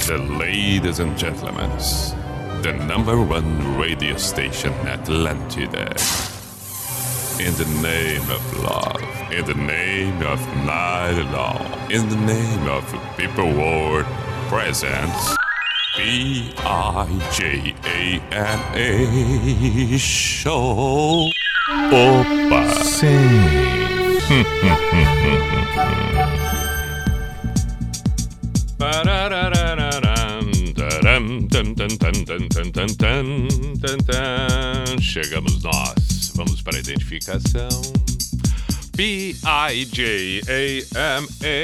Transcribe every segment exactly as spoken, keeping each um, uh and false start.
Ladies and gentlemen, the number one radio station, Atlantida. In the name of love, in the name of night long, in the name of people world presents B I J A M A Show. Opa! Sim. Chegamos nós, vamos para a identificação. B I J A M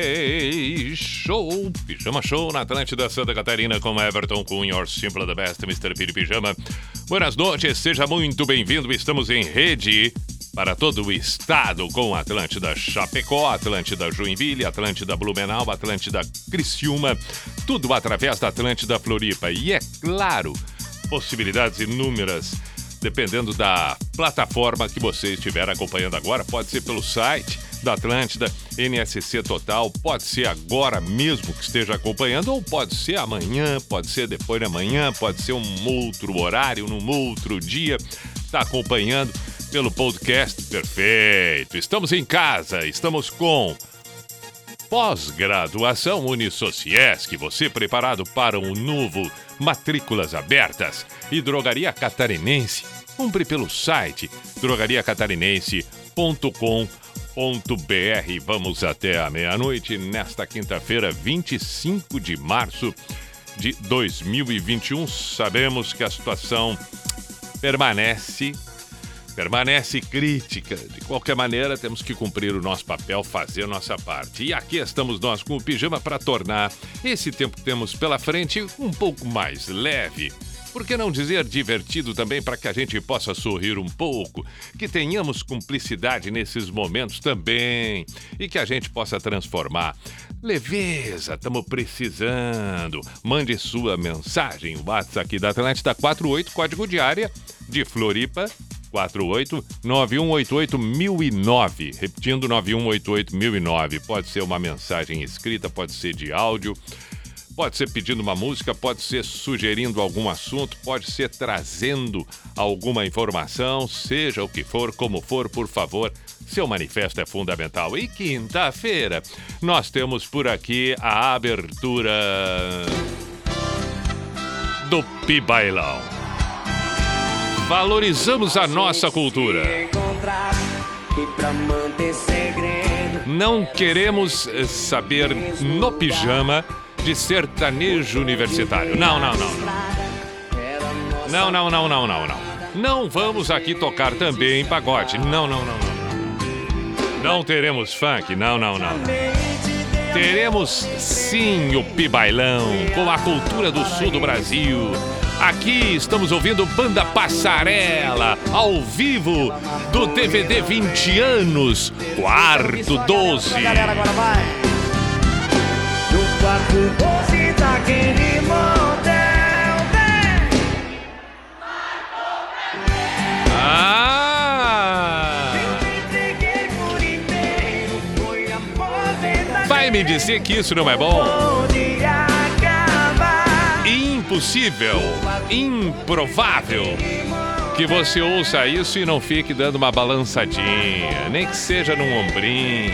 A Show, Pijama Show na Atlântida Santa Catarina com Everton Cunha, Your Simple the Best, mister Piri Pijama. Buenas noites, seja muito bem-vindo, estamos em rede para todo o estado com Atlântida Chapecó, Atlântida Joinville, Atlântida Blumenau, Atlântida Criciúma, tudo através da Atlântida Floripa. E é claro, possibilidades inúmeras, dependendo da plataforma que você estiver acompanhando agora. Pode ser pelo site da Atlântida, N S C Total, pode ser agora mesmo que esteja acompanhando, ou pode ser amanhã, pode ser depois de amanhã, pode ser um outro horário, num outro dia, está acompanhando pelo podcast. Perfeito. Estamos em casa, estamos com pós-graduação Unisociesc, você preparado para um novo matrículas abertas. E Drogaria Catarinense, compre pelo site drogaria catarinense ponto com ponto b r. Vamos até a meia-noite nesta quinta-feira, vinte e cinco de março de dois mil e vinte e um. Sabemos que a situação permanece Permanece crítica. De qualquer maneira, temos que cumprir o nosso papel, fazer a nossa parte. E aqui estamos nós com o Pijama para tornar esse tempo que temos pela frente um pouco mais leve. Por que não dizer divertido também, para que a gente possa sorrir um pouco, que tenhamos cumplicidade nesses momentos também e que a gente possa transformar. Leveza, estamos precisando. Mande sua mensagem, o WhatsApp aqui da Atlântida quatro oito, código de área de Floripa, quatro oito nove um oito oito mil e nove. Repetindo, nove um oito oito mil e nove. Pode ser uma mensagem escrita, pode ser de áudio, pode ser pedindo uma música, pode ser sugerindo algum assunto, pode ser trazendo alguma informação, seja o que for, como for, por favor, seu manifesto é fundamental. E quinta-feira nós temos por aqui a abertura do Pibailão. Valorizamos a nossa cultura. Não queremos saber no pijama de sertanejo universitário. Não, não, não, não. Não, não, não, não, não, não. Não vamos aqui tocar também pagode. Não, não, não, não. Não teremos funk. Não, não, não. Teremos sim o Pibailão com a cultura do sul do Brasil. Aqui estamos ouvindo Banda Passarela, ao vivo, do D V D vinte anos, Quarto doze. Galera, agora vai. No quarto doze daquele motel, vem. Ah! Vai me dizer que isso não é bom? Impossível, improvável que você ouça isso e não fique dando uma balançadinha, nem que seja num ombrinho.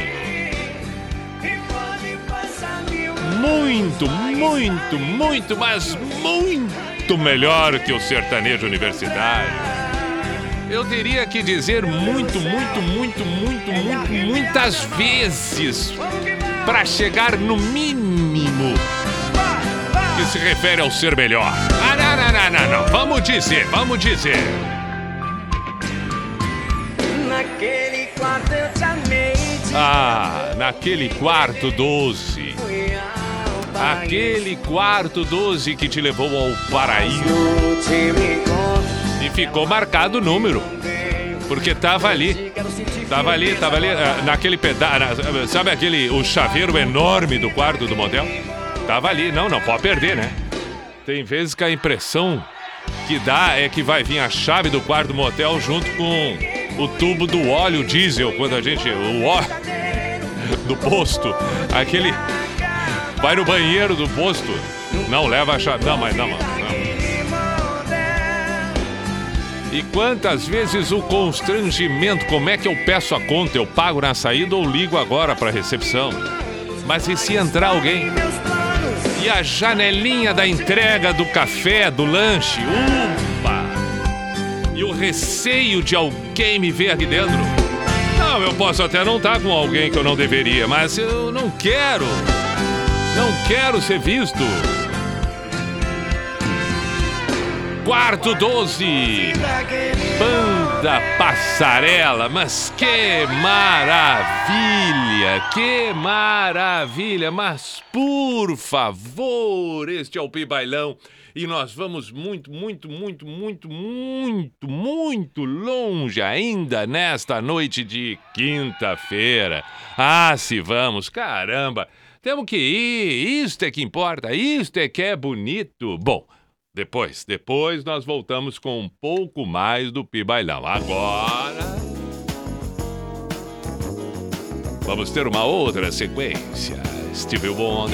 Muito, muito, muito, mas muito melhor que o sertanejo universitário. Eu teria que dizer muito, muito, muito, muito, muito, muitas vezes para chegar no mínimo que se refere ao ser melhor. Ah, não, não, não, não, não. Vamos dizer, vamos dizer. Naquele quarto eu te amei. Ah, naquele quarto doze. Aquele quarto doze que te levou ao paraíso. E ficou marcado o número. Porque tava ali. Tava ali, tava ali, naquele pedaço. Sabe aquele, o chaveiro enorme do quarto do motel? Tava ali, não, não pode perder, né? Tem vezes que a impressão que dá é que vai vir a chave do quarto do motel junto com o tubo do óleo diesel, quando a gente, o óleo do posto, aquele, vai no banheiro do posto, Não leva a chave. Não, mas não, não. E quantas vezes o constrangimento, como é que eu peço a conta? Eu pago na saída ou ligo agora para a recepção? Mas e se entrar alguém? E a janelinha da entrega do café, do lanche? Upa! E o receio de alguém me ver aqui dentro? Não, eu posso até não estar com alguém que eu não deveria, mas eu não quero. Não quero ser visto. Quarto doze, Banda Passarela, mas que maravilha, que maravilha, mas por favor, este é o Pi Bailão e nós vamos muito, muito, muito, muito, muito, muito longe ainda nesta noite de quinta-feira. Ah, se vamos, caramba, temos que ir, isto é que importa, isto é que é bonito. Bom, Depois, depois nós voltamos com um pouco mais do Pi Bailão. Agora vamos ter uma outra sequência. Stevie Wonder.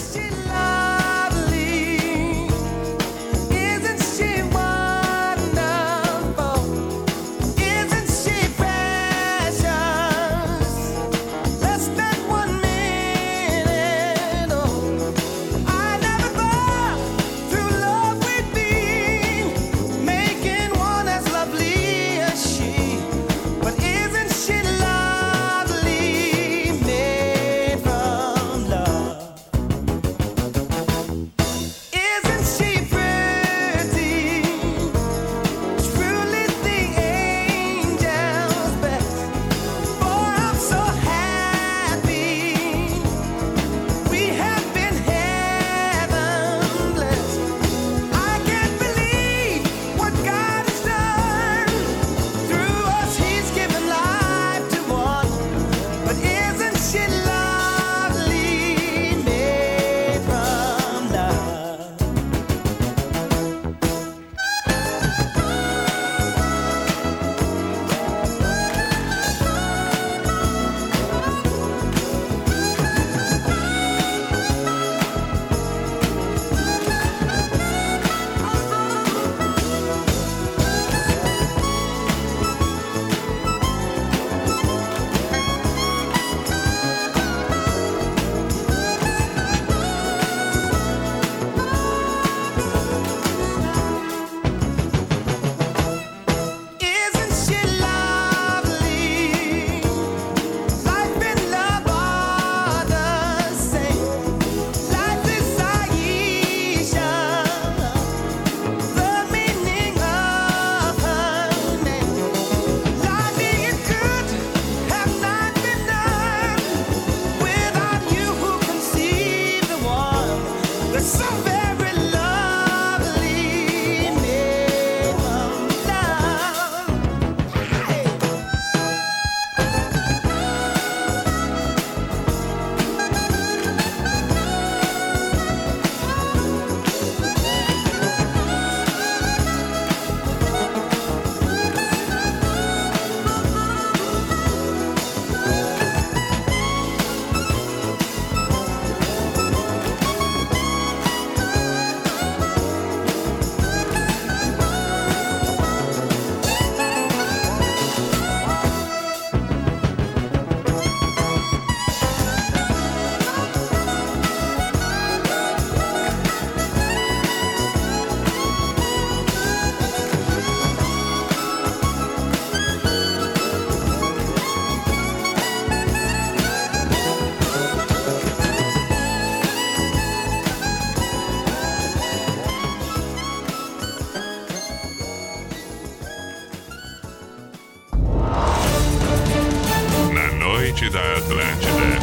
Da Atlântida.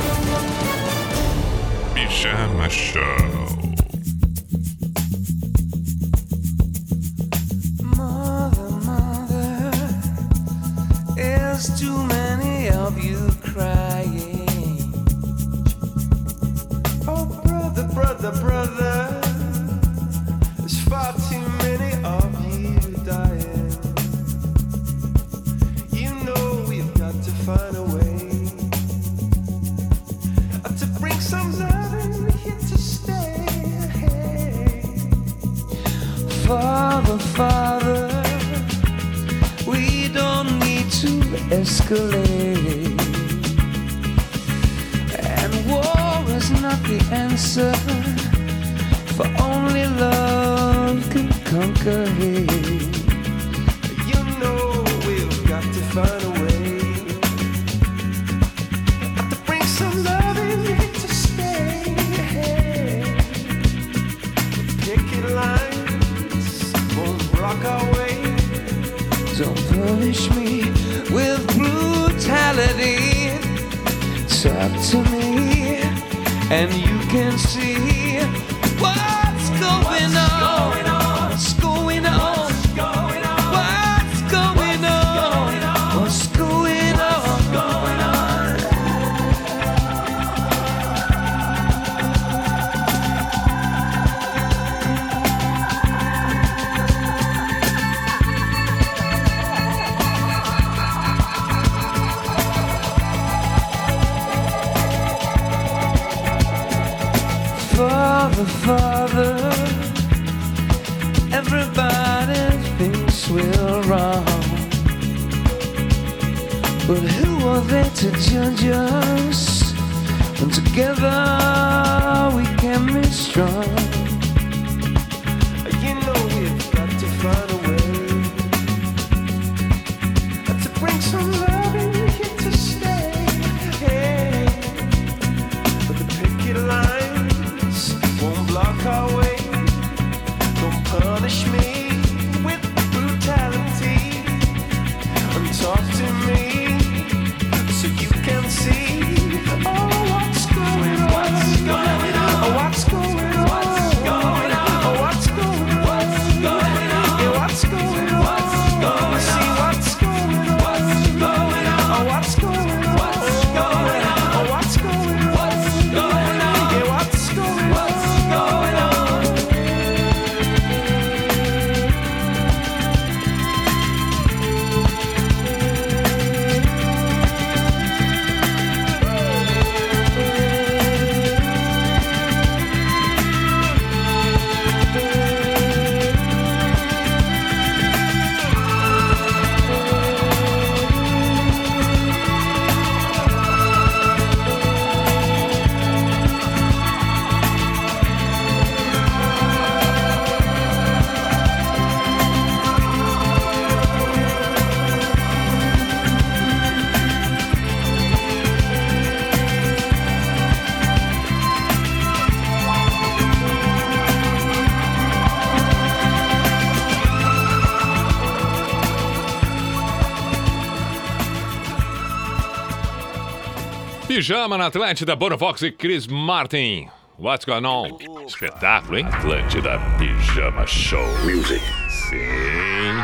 Pijama Show. Mother, mother, there's too many of you crying. Oh, brother, brother, brother, there's far too many of you dying. You know we've got to find a way some love here to stay. escalate. And war is not the answer, for only love can conquer hate. You know we've got to find a way to bring some love in to stay. Picket lines won't block our way. Don't punish me with brutality. Talk to me and you can see what's going on. What's going on? What's going on? What's going on? What's going on? Father, Father, everybody thinks we're wrong, but who are they to judge us when together we can be strong? You know we've got to find a way to bring some love in here to stay. But the picket lines won't block our way. Don't punish me with brutality, and talk to me so you can see oh what's going on. What's going on? Oh, what's going on? What's going on? Oh, what's going on? What's going on? Yeah, what's going on? What's going on? See what's going on? What's going on? Oh, what's going on? What's going on? Oh, what's going on? What's going on? Yeah, what's going on? What's going on? Pijama na Atlântida, Bono Vox e Chris Martin. What's going on? Espetáculo, hein? Atlântida Pijama Show. Music. Sim.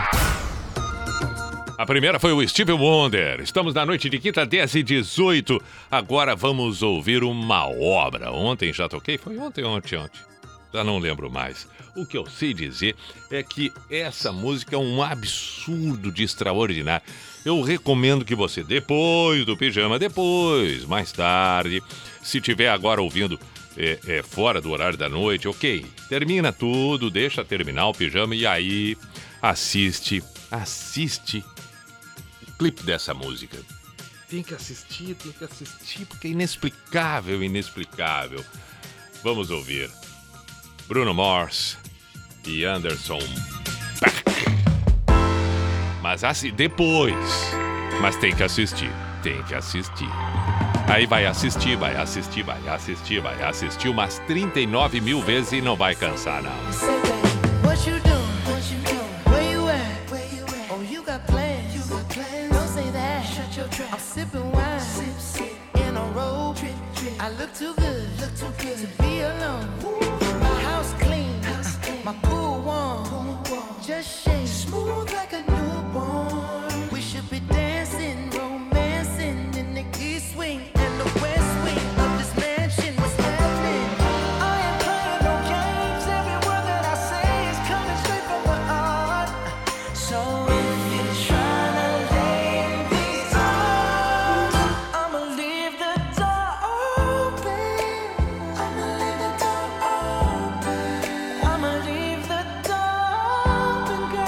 A primeira foi o Stevie Wonder. Estamos na noite de quinta, dez e dezoito. Agora vamos ouvir uma obra. Ontem já toquei? Foi ontem, ontem, ontem. Já não lembro mais. O que eu sei dizer é que essa música é um absurdo de extraordinário. Eu recomendo que você, depois do pijama, depois, mais tarde, se tiver agora ouvindo é, é, fora do horário da noite, ok, termina tudo, deixa terminar o pijama e aí assiste, assiste o clipe dessa música. Tem que assistir, tem que assistir, porque é inexplicável, inexplicável. Vamos ouvir Bruno Mars e Anderson Paak. Mas assim, depois. Mas tem que assistir. Tem que assistir. Aí vai assistir, vai assistir, vai assistir, vai assistir umas trinta e nove mil vezes e não vai cansar, não. What you doing? What you doing? Where you at? Where you at? Oh, you got plans. You got plans. Don't say that. Shut your trap. I'm sipping wine. Sip, sip. In a robe. Trip, trip. I look too good. Look too good to be alone. My house clean. House clean. My pool warm. Pool warm. Just shake. Smooth like a newborn. We should be dancing, romancing in the east wing and the west wing of this mansion. What's happening? I ain't playing no games. Every word that I say is coming straight from the heart. So if you're trying to lay in these arms, I'ma leave the door open. I'ma leave the door open. I'ma leave the door open, girl.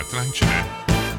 Atlântida.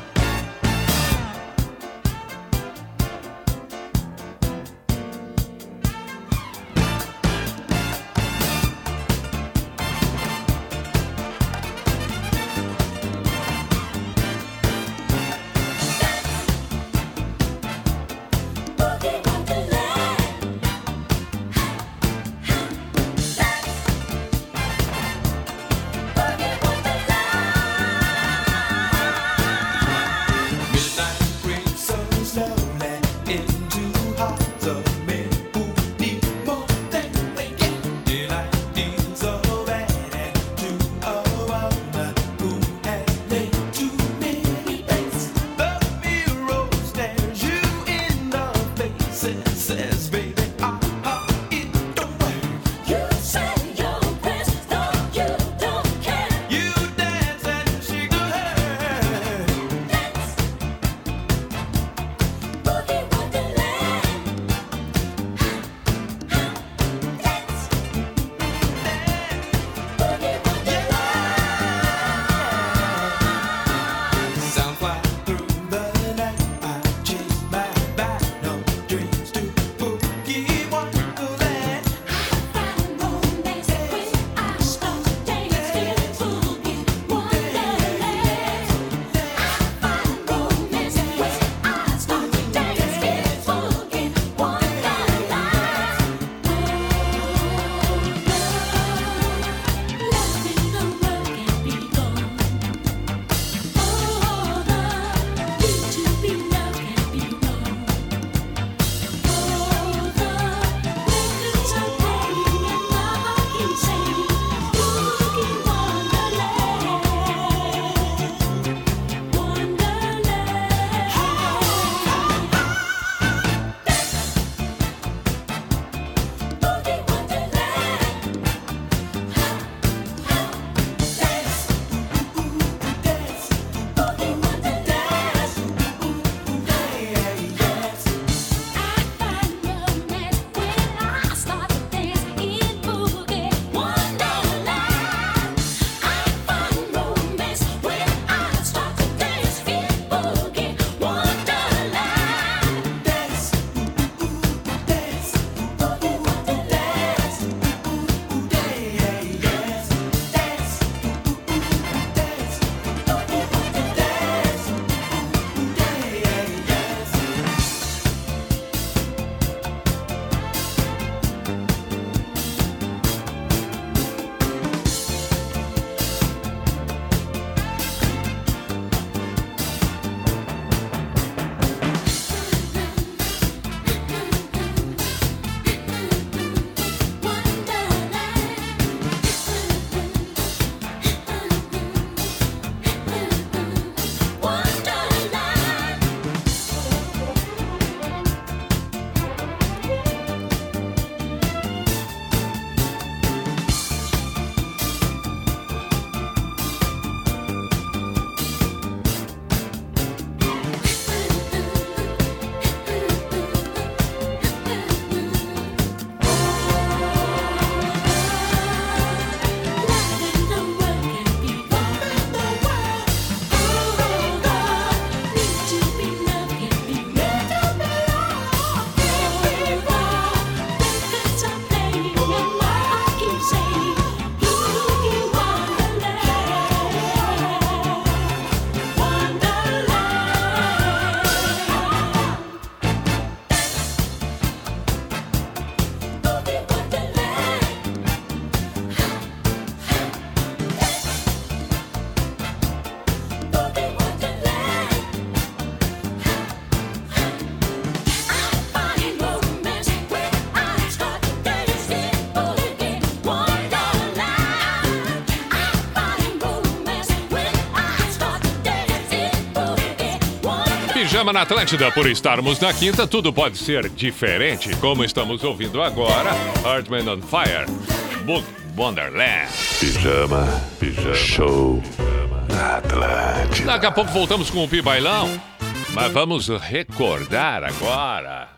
Pijama na Atlântida, por estarmos na quinta, tudo pode ser diferente, como estamos ouvindo agora, Earthman on Fire, Book Wonderland. Pijama, pijama, show pijama na Atlântida. Daqui a pouco voltamos com o Pibailão, mas vamos recordar agora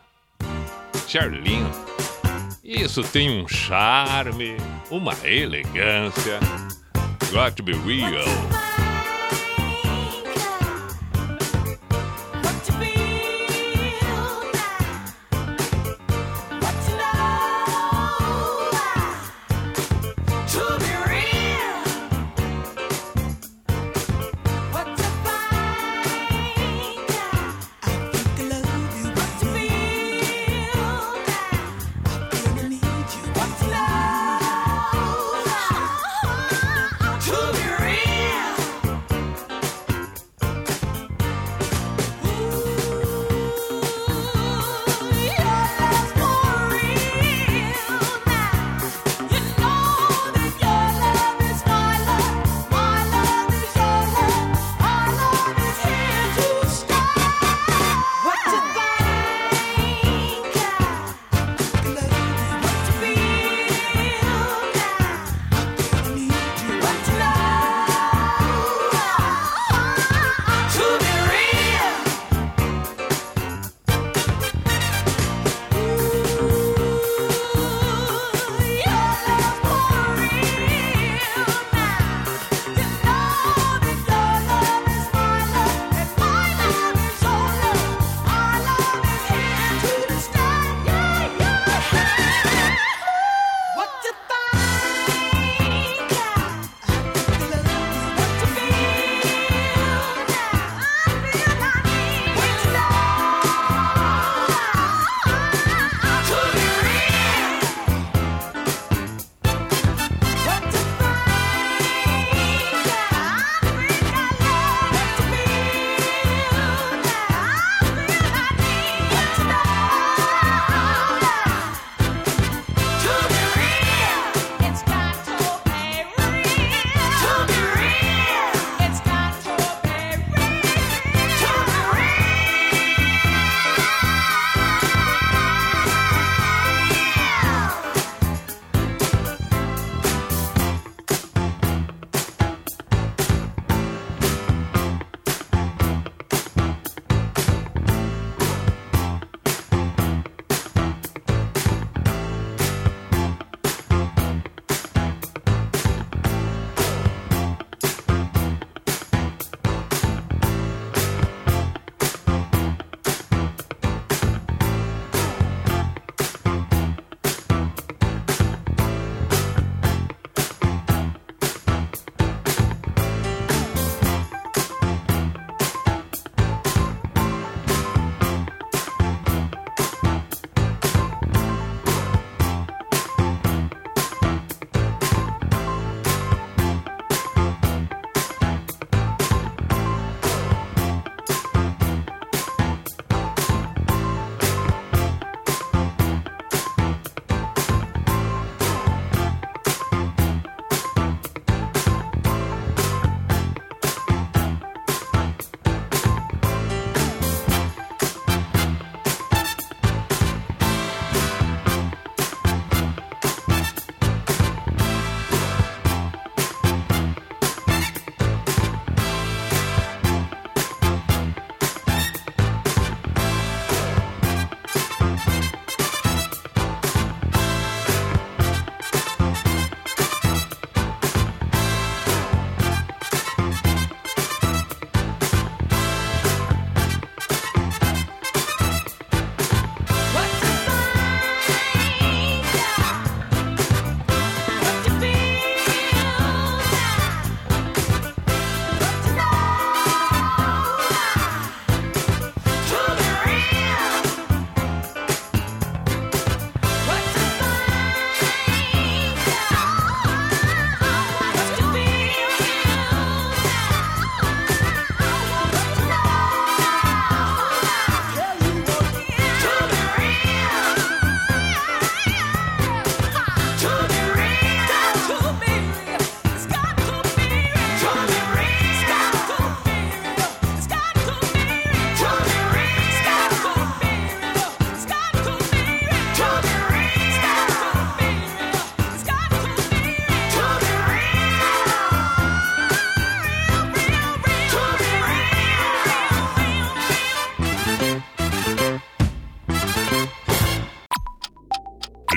Charlene. Isso tem um charme, uma elegância. Got to be real.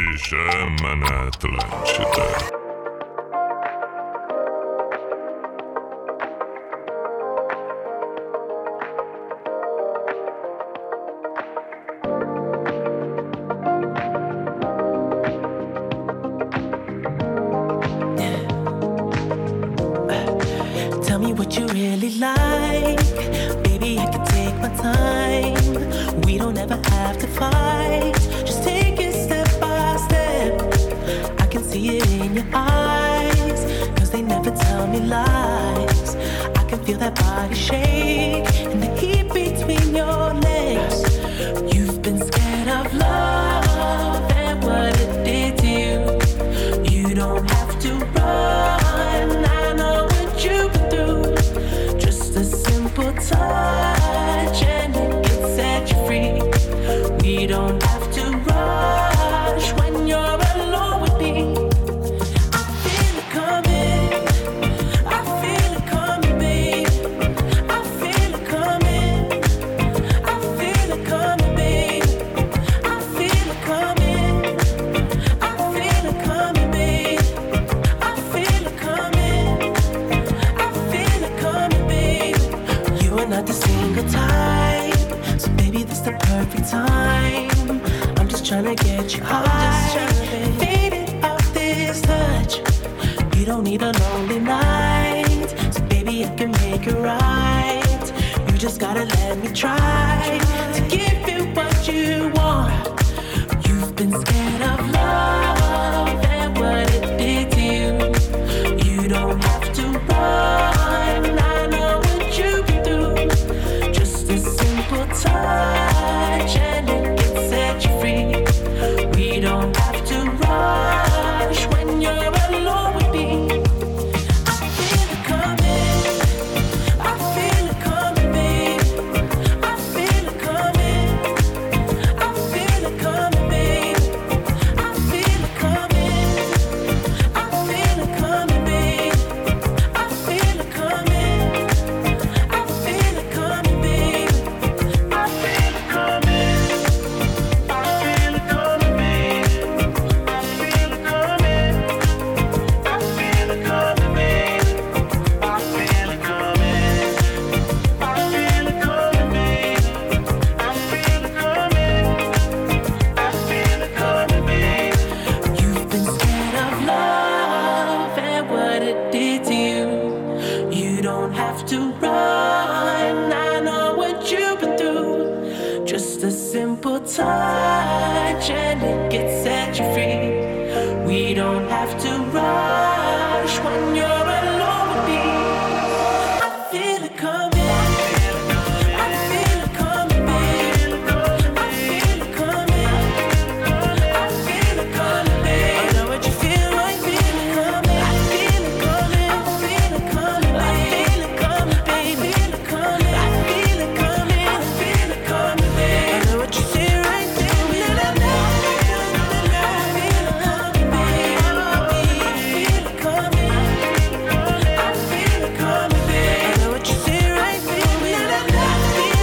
Pijama na Atlântida. Tell me what you really like. Baby, I can take my time. We don't ever have to fight. Just take it step by step. I can see it in your eyes, cause they never tell me lies. I can feel that body shake and the heat between your legs. You've been scared of love and what it did to you. You don't have to run. I know what you've been through. Just a simple touch and it can set you free. We don't have to rush when you're alone with me. I feel it coming. I feel it coming, babe. I feel it coming. I feel it coming, babe. I feel it coming. I feel it coming, babe. I feel it coming. I feel it coming, babe. You are not the single type, so baby, this the perfect time. I'm just tryna get you high, faded off this touch. You don't need a lonely night, so baby, I can make it right. You just gotta let me try to give you what you want. You've been scared of love and what it did to you. You don't have to run. I know what you've been through. Just a simple touch and it can set you free. We don't have to rush when you're alone with me. I feel it coming. I feel it coming, babe. I feel it coming. I feel it coming, babe. I feel it coming. I feel it coming, babe. I feel it coming. I feel it coming, babe. I feel it coming. I feel it coming, babe. I feel it coming. I feel it coming, babe. I feel it coming. I feel it coming, babe. I feel it coming. I feel it coming, babe. You've been scared of love and what it did to you. You don't have to run. I know what you've been through. Just a simple touch and it can set you free. We don't have to rush when you're alone with me. I feel it coming. I feel it coming, babe. I feel it coming. I feel it coming, babe. I know what you feel. I feel it coming. I feel it coming. I feel it coming, babe. I feel it coming, babe. I feel it coming. I feel it coming. I feel it coming, babe. I know what you feel right there. I feel it coming, babe. I feel it coming. I feel it coming. I feel it coming, babe. I know what you feel right there. I feel it coming. I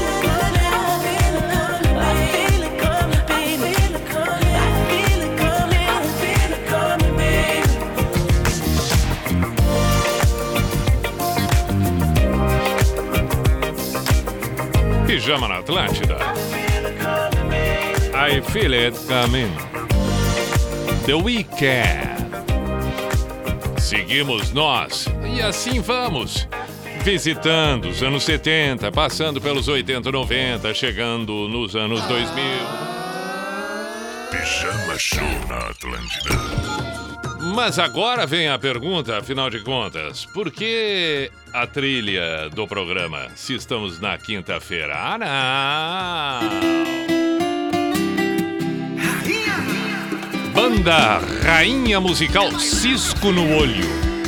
feel it coming. I feel it coming, babe. I feel it coming. I feel it coming. I feel it coming, babe. Pijama na Atlântida. I feel it coming. The Weeknd. Seguimos nós e assim vamos. Visitando os anos setenta, passando pelos oitenta, noventa, chegando nos anos dois mil. Pijama Show na Atlântida. Mas agora vem a pergunta, afinal de contas, por que a trilha do programa, se estamos na quinta-feira? Ah, não! Banda Rainha Musical Cisco no Olho.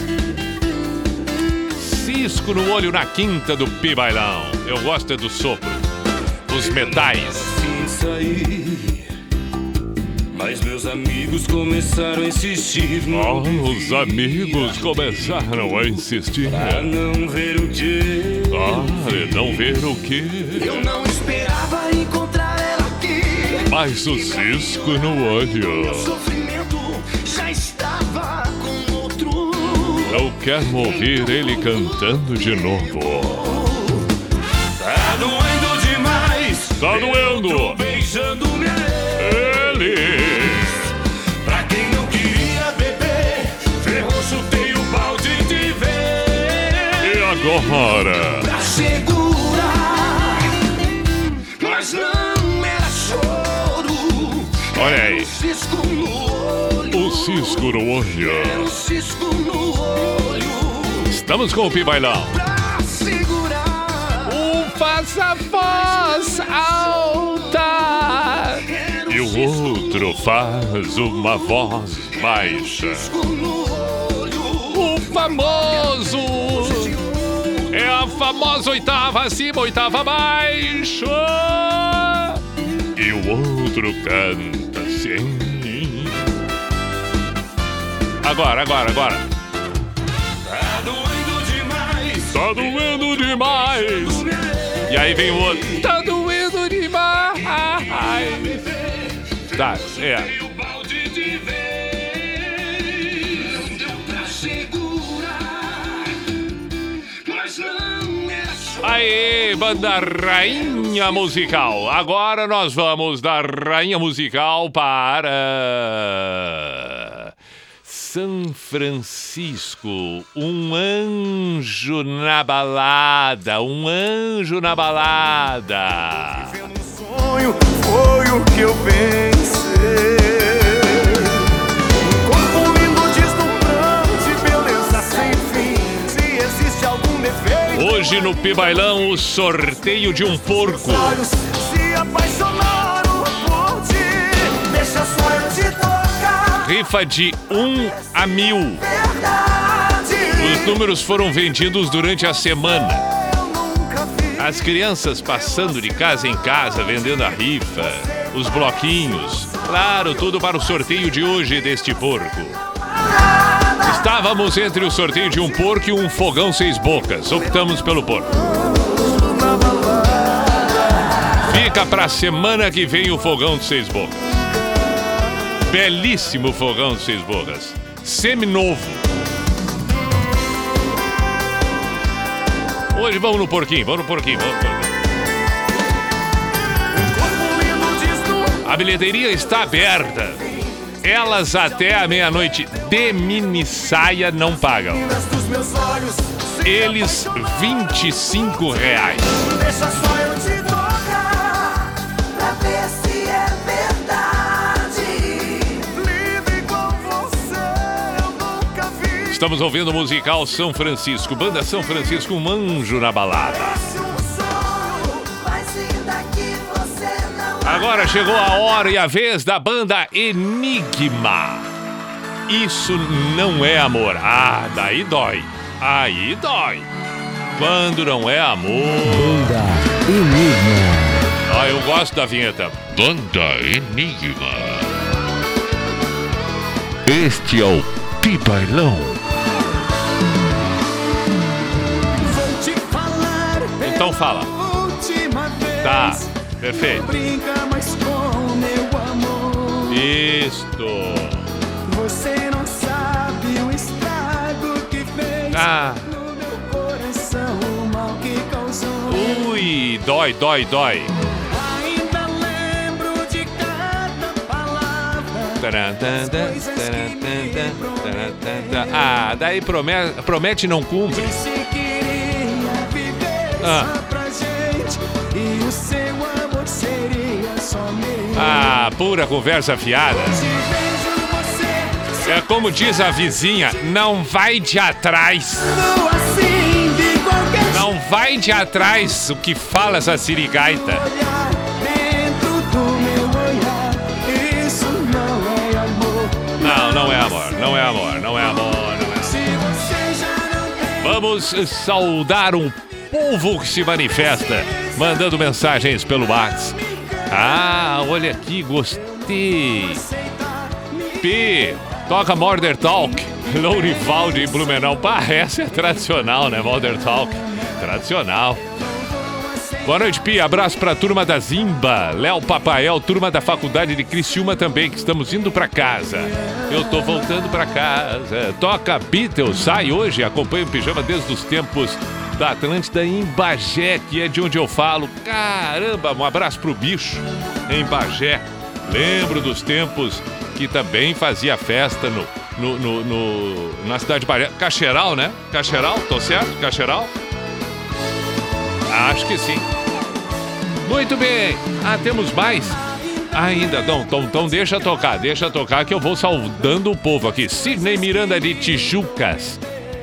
Cisco no Olho na quinta do Pi Bailão. Eu gosto é do sopro, os metais. Fim sair, mas meus amigos começaram a insistir. Oh, os amigos começaram a insistir. Pra não ver o que. Ah, não ver o que. Eu não esperava encontrar ela aqui. mais o cisco no olho. Sofrimento já estava com outro. Eu quero ouvir ele cantando de novo. Tá doendo demais. Tá doendo. Beijando-me Ele. Pra quem não queria beber, ferrou, chutei o balde de vez. E agora? Pra segurar, mas não era choro. Olha Era aí. um cisco no olho. O cisco no Era olho. um cisco no olho. Estamos com o Pibailão. Pra segurar, Um faz a voz alta e o outro faz uma voz baixa. cisco no olho. O famoso é a famosa oitava acima, oitava abaixo. E o outro canta assim. Agora, agora, agora. Tá doendo demais. Tá doendo demais. E aí vem o outro. Tá doendo demais. Tá, é. O balde de vez. Deu pra segurar, mas não era choro. Aê, banda Rainha Musical. Agora nós vamos da Rainha Musical para São Francisco. Um anjo na balada, um anjo na balada. Um sonho foi o que eu pensei. Um corpo lindo, deslumbrante, beleza sem fim. Se existe algum defeito, Hoje no Pibailão, o sorteio de um porco. olhos se apaixonaram por ti. Deixa só eu te tocar. Rifa de um a mil. Verdade, Os números foram vendidos durante a semana. eu nunca vi. As crianças passando de casa em casa, vendendo a rifa, os bloquinhos. Claro, tudo para o sorteio de hoje deste porco. Estávamos entre o sorteio de um porco e um fogão seis bocas. Optamos pelo porco. Fica para a semana que vem o fogão de seis bocas. Belíssimo fogão de seis bocas. Seminovo. Hoje vamos no porquinho, vamos no porquinho, vamos no porquinho. A bilheteria está aberta. Elas até a meia-noite de mini saia não pagam. Dos meus olhos, Eles vinte e cinco reais. deixa só eu te tocar, pra ver se é verdade. Livre com você, eu nunca vi. Estamos ouvindo o musical São Francisco. Banda São Francisco, um anjo na balada. Se um sonho vai se daqui, você não. Agora chegou a hora e a vez da banda Enigma. Isso não é amor. Ah, daí dói. Aí dói. Quando não é amor. Banda Enigma. Ah, eu gosto da vinheta. Banda Enigma. Este é o Pibailão. Vou te falar. Então fala. Última vez. Tá, perfeito. Brinca mais com meu amor. Isto. Você não sabe o estrago que fez Ah. no meu coração, o mal que causou. Ui, dói, dói, dói. Ainda lembro de cada palavra. Taran, tan, tan, taran, tan, tan, taran, tan, tan. Ah, daí promete, promete e não cumpre. Disse que iria viver Ah. só pra gente, e o seu amor seria só meu. Ah, pura conversa fiada. Te vejo você É como diz a vizinha, não vai de atrás. sendo assim de qualquer Não vai de atrás o que fala essa sirigaita. olhar dentro do meu olhar. Isso não é amor. Não, não é amor, não é amor, não é amor, não é. Se você já não tem. Vamos saudar um povo que se manifesta, mandando mensagens pelo WhatsApp. Ah, olha aqui, gostei. P, toca Murder Talk. Lourivaldi e Blumenau. Pá, essa é tradicional, né? Murder Talk. Tradicional. Boa noite, Pi. Abraço pra turma da Zimba. Léo Papael, turma da Faculdade de Criciúma também, que estamos indo pra casa. Eu tô voltando pra casa. Toca Beatles, sai hoje. Acompanha o Pijama desde os tempos da Atlântida em Bagé, que é de onde eu falo. Caramba, um abraço pro bicho em Bagé. Lembro dos tempos que também fazia festa no, no, no, no, na cidade de Bagé. Cacheral, né? Cacheral, tô certo? Cacheral? Acho que sim. Muito bem. Ah, temos mais? Ainda, não, então, então deixa tocar, deixa tocar que eu vou saudando o povo aqui. Sidney Miranda de Tijucas.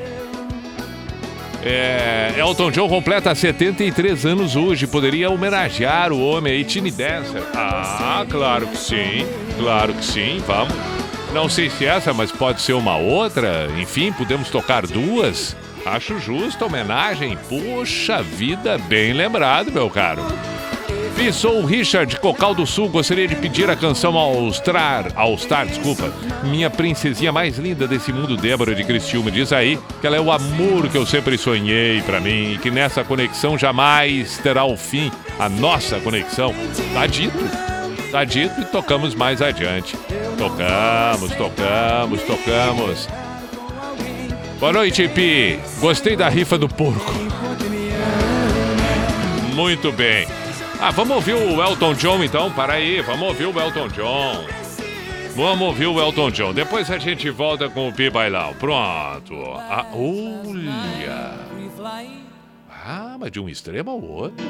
É, Elton John completa setenta e três anos hoje. Poderia homenagear o homem aí, Tiny Dancer. Ah, claro que sim, claro que sim, vamos. Não sei se essa, mas pode ser uma outra. Enfim, podemos tocar duas. Acho justa a homenagem. Poxa vida, bem lembrado, meu caro. E sou o Richard Cocal do Sul. Gostaria de pedir a canção All Star, All Star, desculpa. Minha princesinha mais linda desse mundo, Débora de Criciúma. Diz aí que ela é o amor que eu sempre sonhei pra mim e que nessa conexão jamais terá o fim. A nossa conexão. Tá dito. Tá dito e tocamos mais adiante. Tocamos, tocamos, tocamos. Boa noite, Pi. Gostei da rifa do porco. Muito bem. Ah, vamos ouvir o Elton John então, para aí, vamos ouvir o Elton John. Vamos ouvir o Elton John, depois a gente volta com o Pi Bailão. Pronto. Ah, olha. Ah, mas de um extremo ao outro.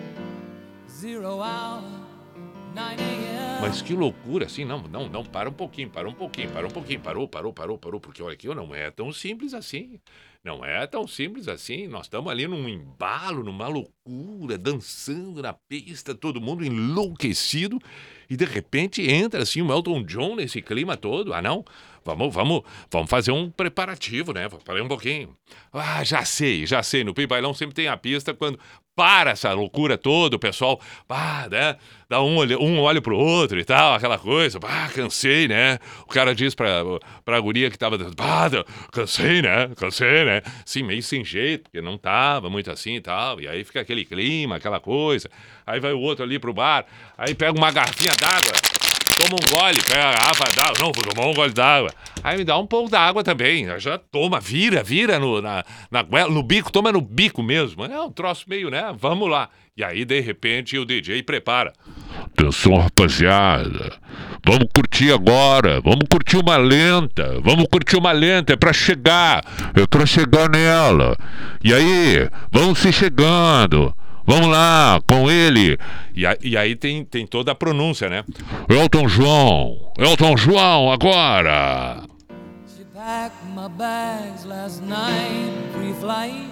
Mas que loucura, assim, não, não, não, para um pouquinho, para um pouquinho, para um pouquinho, parou, parou, parou, parou, porque olha aqui, não é tão simples assim. Não é tão simples assim, nós estamos ali num embalo, numa loucura, dançando na pista, todo mundo enlouquecido, e de repente entra assim o Elton John nesse clima todo. Ah, não? Vamos, vamos, vamos fazer um preparativo, né? Parei um pouquinho. Ah, já sei, já sei, no Pi Bailão sempre tem a pista quando para essa loucura toda, o pessoal, ah, né? Dá um olho, um olho pro outro e tal, aquela coisa, ah, cansei, né? O cara diz pra, pra guria que tava, ah, cansei, né? Cansei, né? Sim, meio sem jeito, porque não tava muito assim e tal, e aí fica aquele clima, aquela coisa. Aí vai o outro ali pro bar, aí pega uma garrafinha d'água, toma um gole, pega a garrafa d'água, não, vou tomar um gole d'água. Aí me dá um pouco d'água também, já toma, vira, vira no, na, na, no bico, toma no bico mesmo. É um troço meio, né? Vamos lá. E aí, de repente, o D J prepara. Atenção, rapaziada. Vamos curtir agora. Vamos curtir uma lenta. Vamos curtir uma lenta. É pra chegar. É pra chegar nela. E aí, vamos se chegando. Vamos lá, com ele. E, a, e aí tem, tem toda a pronúncia, né? Elton João. Elton João, agora. She packed my bags last night, pre-flight.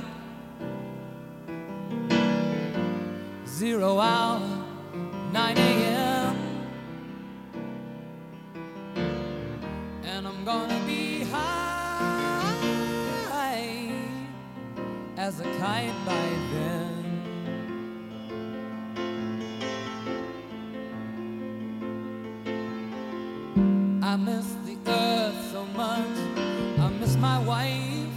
Zero hour, nine a.m. And I'm gonna be high as a kite by then. I miss the earth so much, I miss my wife.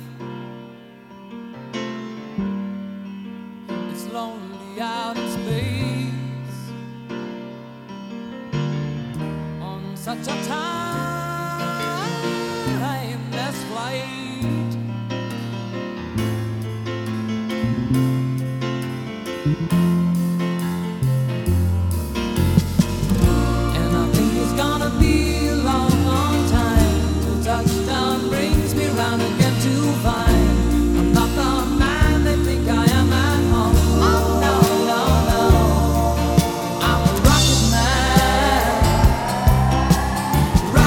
It's lonely out in space on such a timeless flight. And I think it's gonna be a long, long time till touchdown brings me round again to find I'm not the man they think I am at home. Oh no, no, no, I'm a rocket man.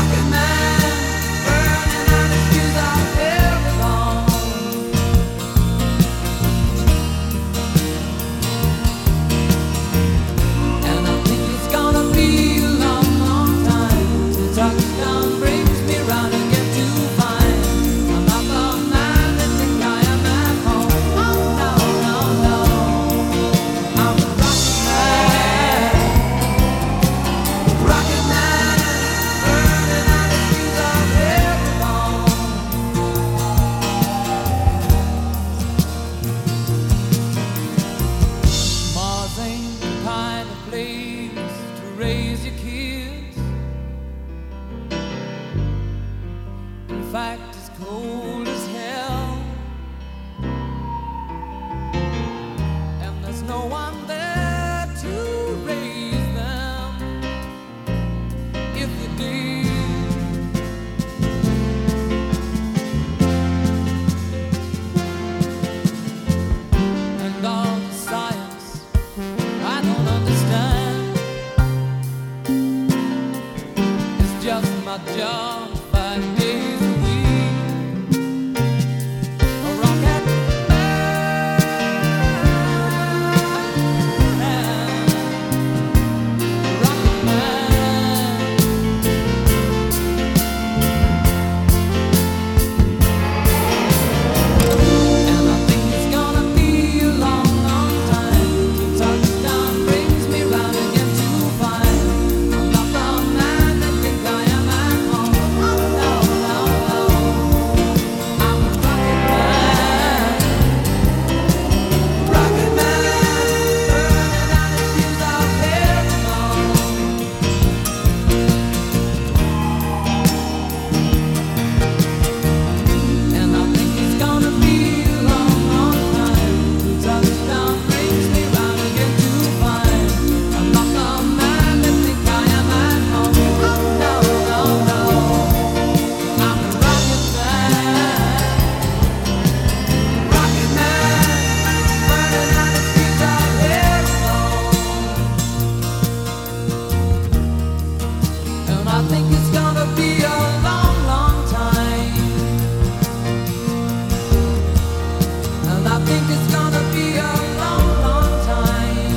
fact is cold as hell, and there's no one there to raise them if you did. And all the science I don't understand, it's just my job five days a week. A rocket man, rocket man. And I think it's gonna be a long, long time till touchdown brings me round again to find I'm not the man that think I am at home. Oh no, no, no, I'm a rocket man, rocket man, burning out his fuse out here alone. And I think it's gonna be a long, long time till touchdown brings me round again to find I'm not the man that think I am at home. Oh no, no, no, I'm a rocket man, rocket man, burning out his fuse out here alone. And I think it's gonna be a long, long time. And I think it's gonna be a long, long time.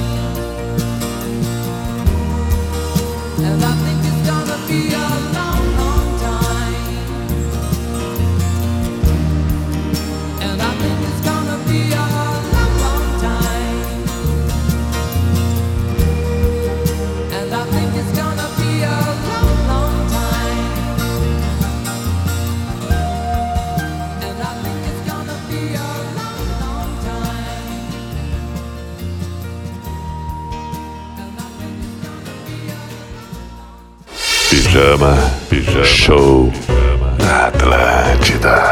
And I think it's gonna be a long, long time. And I think it's gonna be a long, long time. And I think it's gonna be a long, long time. And I think it's gonna be a long, long time. And I think it's gonna be a Pijama, pijama, show na Atlântida.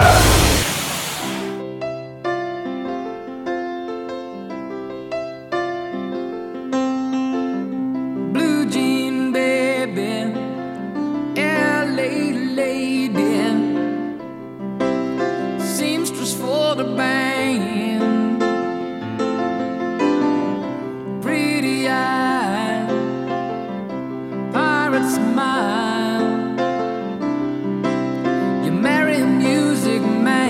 blue jean baby, L A lady, seamstress for the band, pretty eye, pirate smile. You marry a music man.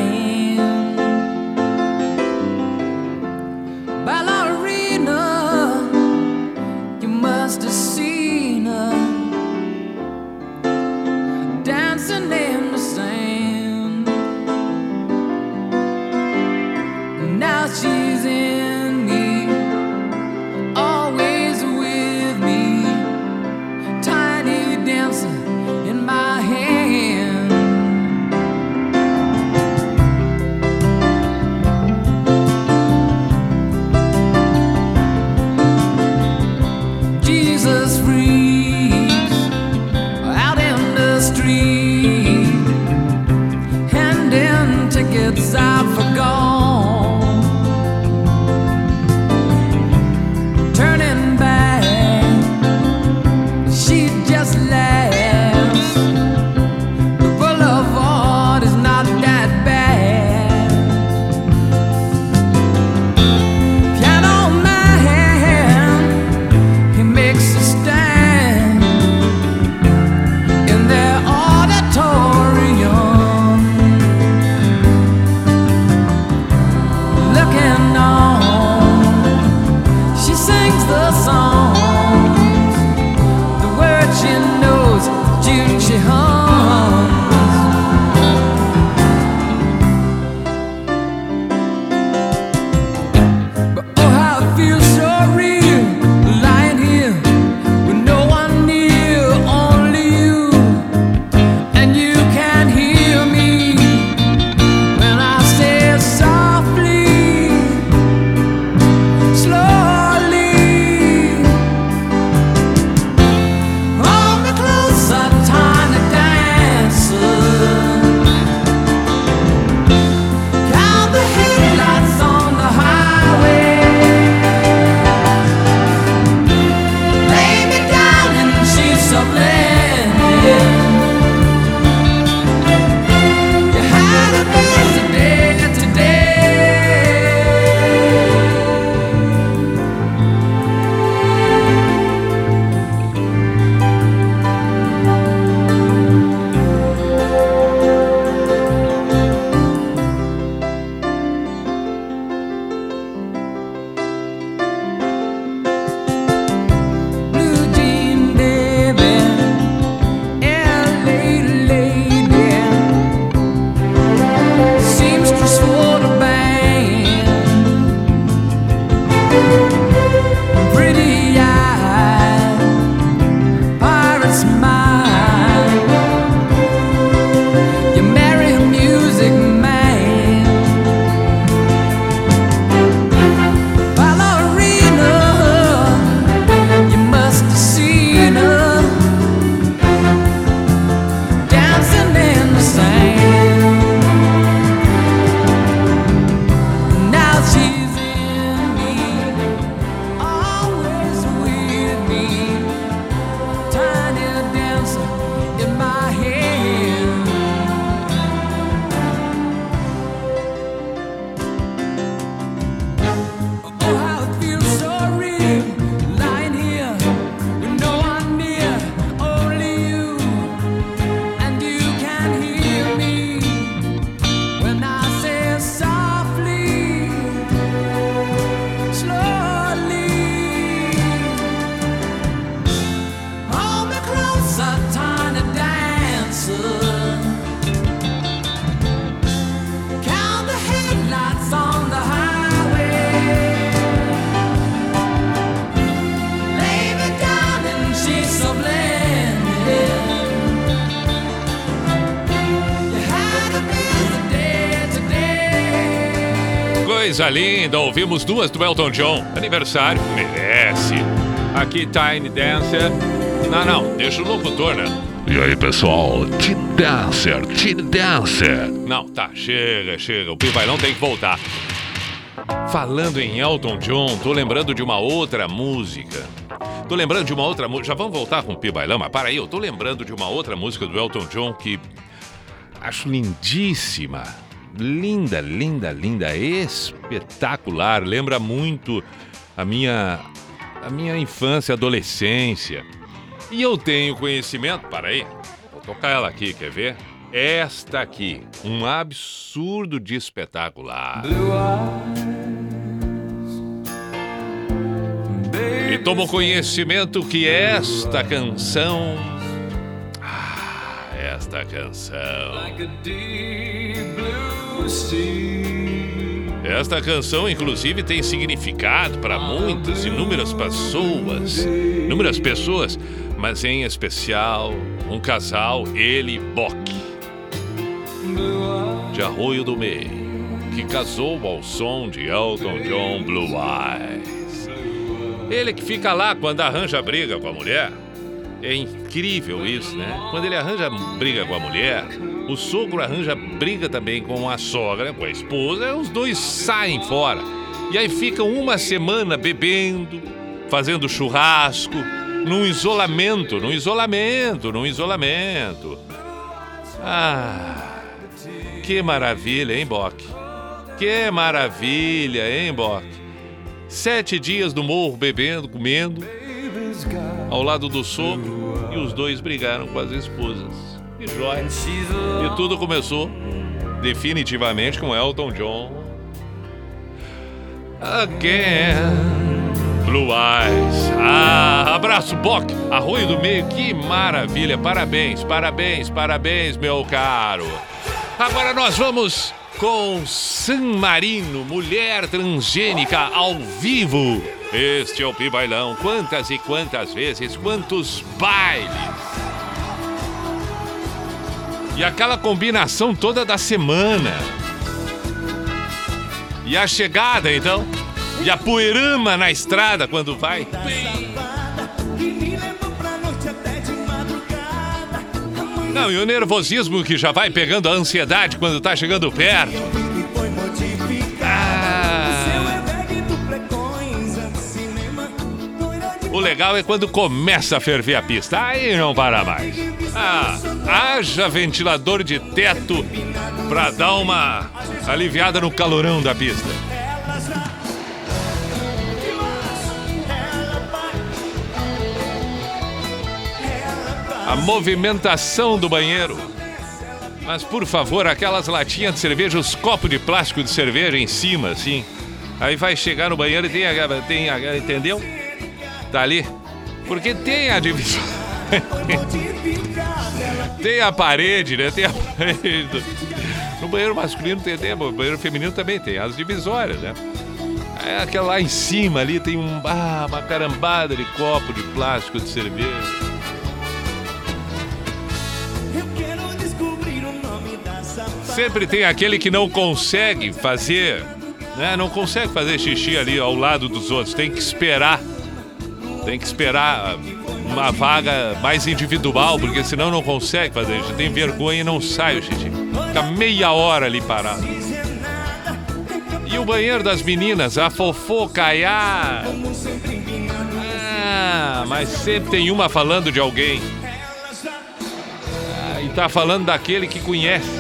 coisa linda, ouvimos duas do Elton John. Aniversário, merece. Aqui, Tiny Dancer. Não, não, deixa o locutor, né? E aí, pessoal, Tiny Dancer, Tiny Dancer. Não, tá, chega, chega. O Pibailão tem que voltar. Falando em Elton John, tô lembrando de uma outra música. Tô lembrando de uma outra música. Já vamos voltar com o Pibailão, mas para aí, eu tô lembrando de uma outra música do Elton John que acho lindíssima. Linda, linda, linda, espetacular. Lembra muito a minha, a minha infância, adolescência. E eu tenho conhecimento, para aí, vou tocar ela aqui, quer ver? Esta aqui, um absurdo de espetacular. E tomo conhecimento que esta canção... Ah, esta canção... Esta canção, inclusive, tem significado para muitas, inúmeras pessoas. Inúmeras pessoas, mas em especial um casal, ele e Bock, de Arroio do Meio, que casou ao som de Elton John, Blue Eyes. Ele que fica lá quando arranja briga com a mulher. É incrível isso, né? Quando ele arranja briga com a mulher, o sogro arranja briga também com a sogra, com a esposa, os dois saem fora. E aí ficam uma semana bebendo, fazendo churrasco, num isolamento, num isolamento, num isolamento. Ah, que maravilha, hein, Bock? Que maravilha, hein, Bock? Sete dias no morro bebendo, comendo, ao lado do sogro, e os dois brigaram com as esposas. Que jóia. E tudo começou definitivamente com Elton John. Again. Blue Eyes. Ah, abraço, Bock. Arroio do Meio, que maravilha. Parabéns, parabéns, parabéns, meu caro. Agora nós vamos com San Marino, mulher transgênica ao vivo. Este é o Pibailão. Quantas e quantas vezes, quantos bailes. E aquela combinação toda da semana. E a chegada, então. E a poeirama na estrada quando vai. Não, e o nervosismo que já vai pegando a ansiedade quando tá chegando perto. Ah. O legal é quando começa a ferver a pista. Aí não para mais. Ah, haja ventilador de teto pra dar uma aliviada no calorão da pista. A movimentação do banheiro. Mas, por favor, aquelas latinhas de cerveja, os copos de plástico de cerveja em cima, assim. Aí vai chegar no banheiro e tem a... Tem a entendeu? Tá ali. Porque tem a divisão. Tem a parede, né? Tem a parede. No banheiro masculino tem, tem, no banheiro feminino também tem as divisórias, né? É aquela lá em cima ali tem um, ah, uma carambada de copo de plástico de cerveja. Sempre tem aquele que não consegue fazer, né? Não consegue fazer xixi ali ao lado dos outros. Tem que esperar. Tem que esperar uma vaga mais individual, porque senão não consegue fazer. Já tem vergonha e não sai o xixi. Fica meia hora ali parado. E o banheiro das meninas, a fofocaiá. Ah, mas sempre tem uma falando de alguém. Ah, e tá falando daquele que conhece.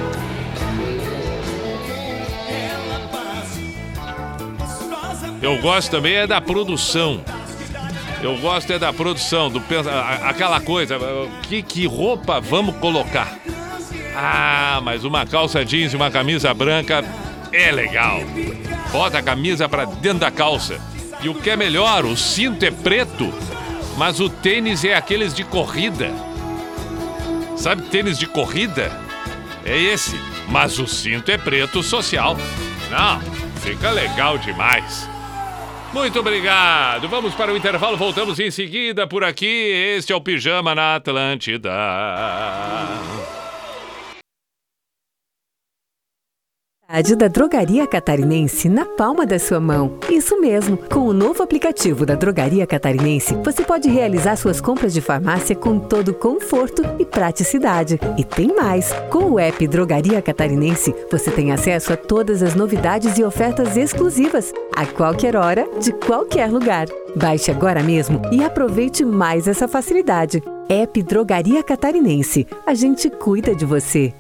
Eu gosto também é da produção. Eu gosto é da produção, do aquela coisa, que, que roupa vamos colocar? Ah, mas uma calça jeans e uma camisa branca é legal. Bota a camisa pra dentro da calça. E o que é melhor, o cinto é preto, mas o tênis é aqueles de corrida. Sabe tênis de corrida? É esse, mas o cinto é preto social. Não, fica legal demais. Muito obrigado. Vamos para o intervalo. Voltamos em seguida por aqui. Este é o Pijama na Atlântida. Da Drogaria Catarinense na palma da sua mão. Isso mesmo, com o novo aplicativo da Drogaria Catarinense, você pode realizar suas compras de farmácia com todo conforto e praticidade. E tem mais, com o app Drogaria Catarinense, você tem acesso a todas as novidades e ofertas exclusivas, a qualquer hora, de qualquer lugar. Baixe agora mesmo e aproveite mais essa facilidade. App Drogaria Catarinense, a gente cuida de você.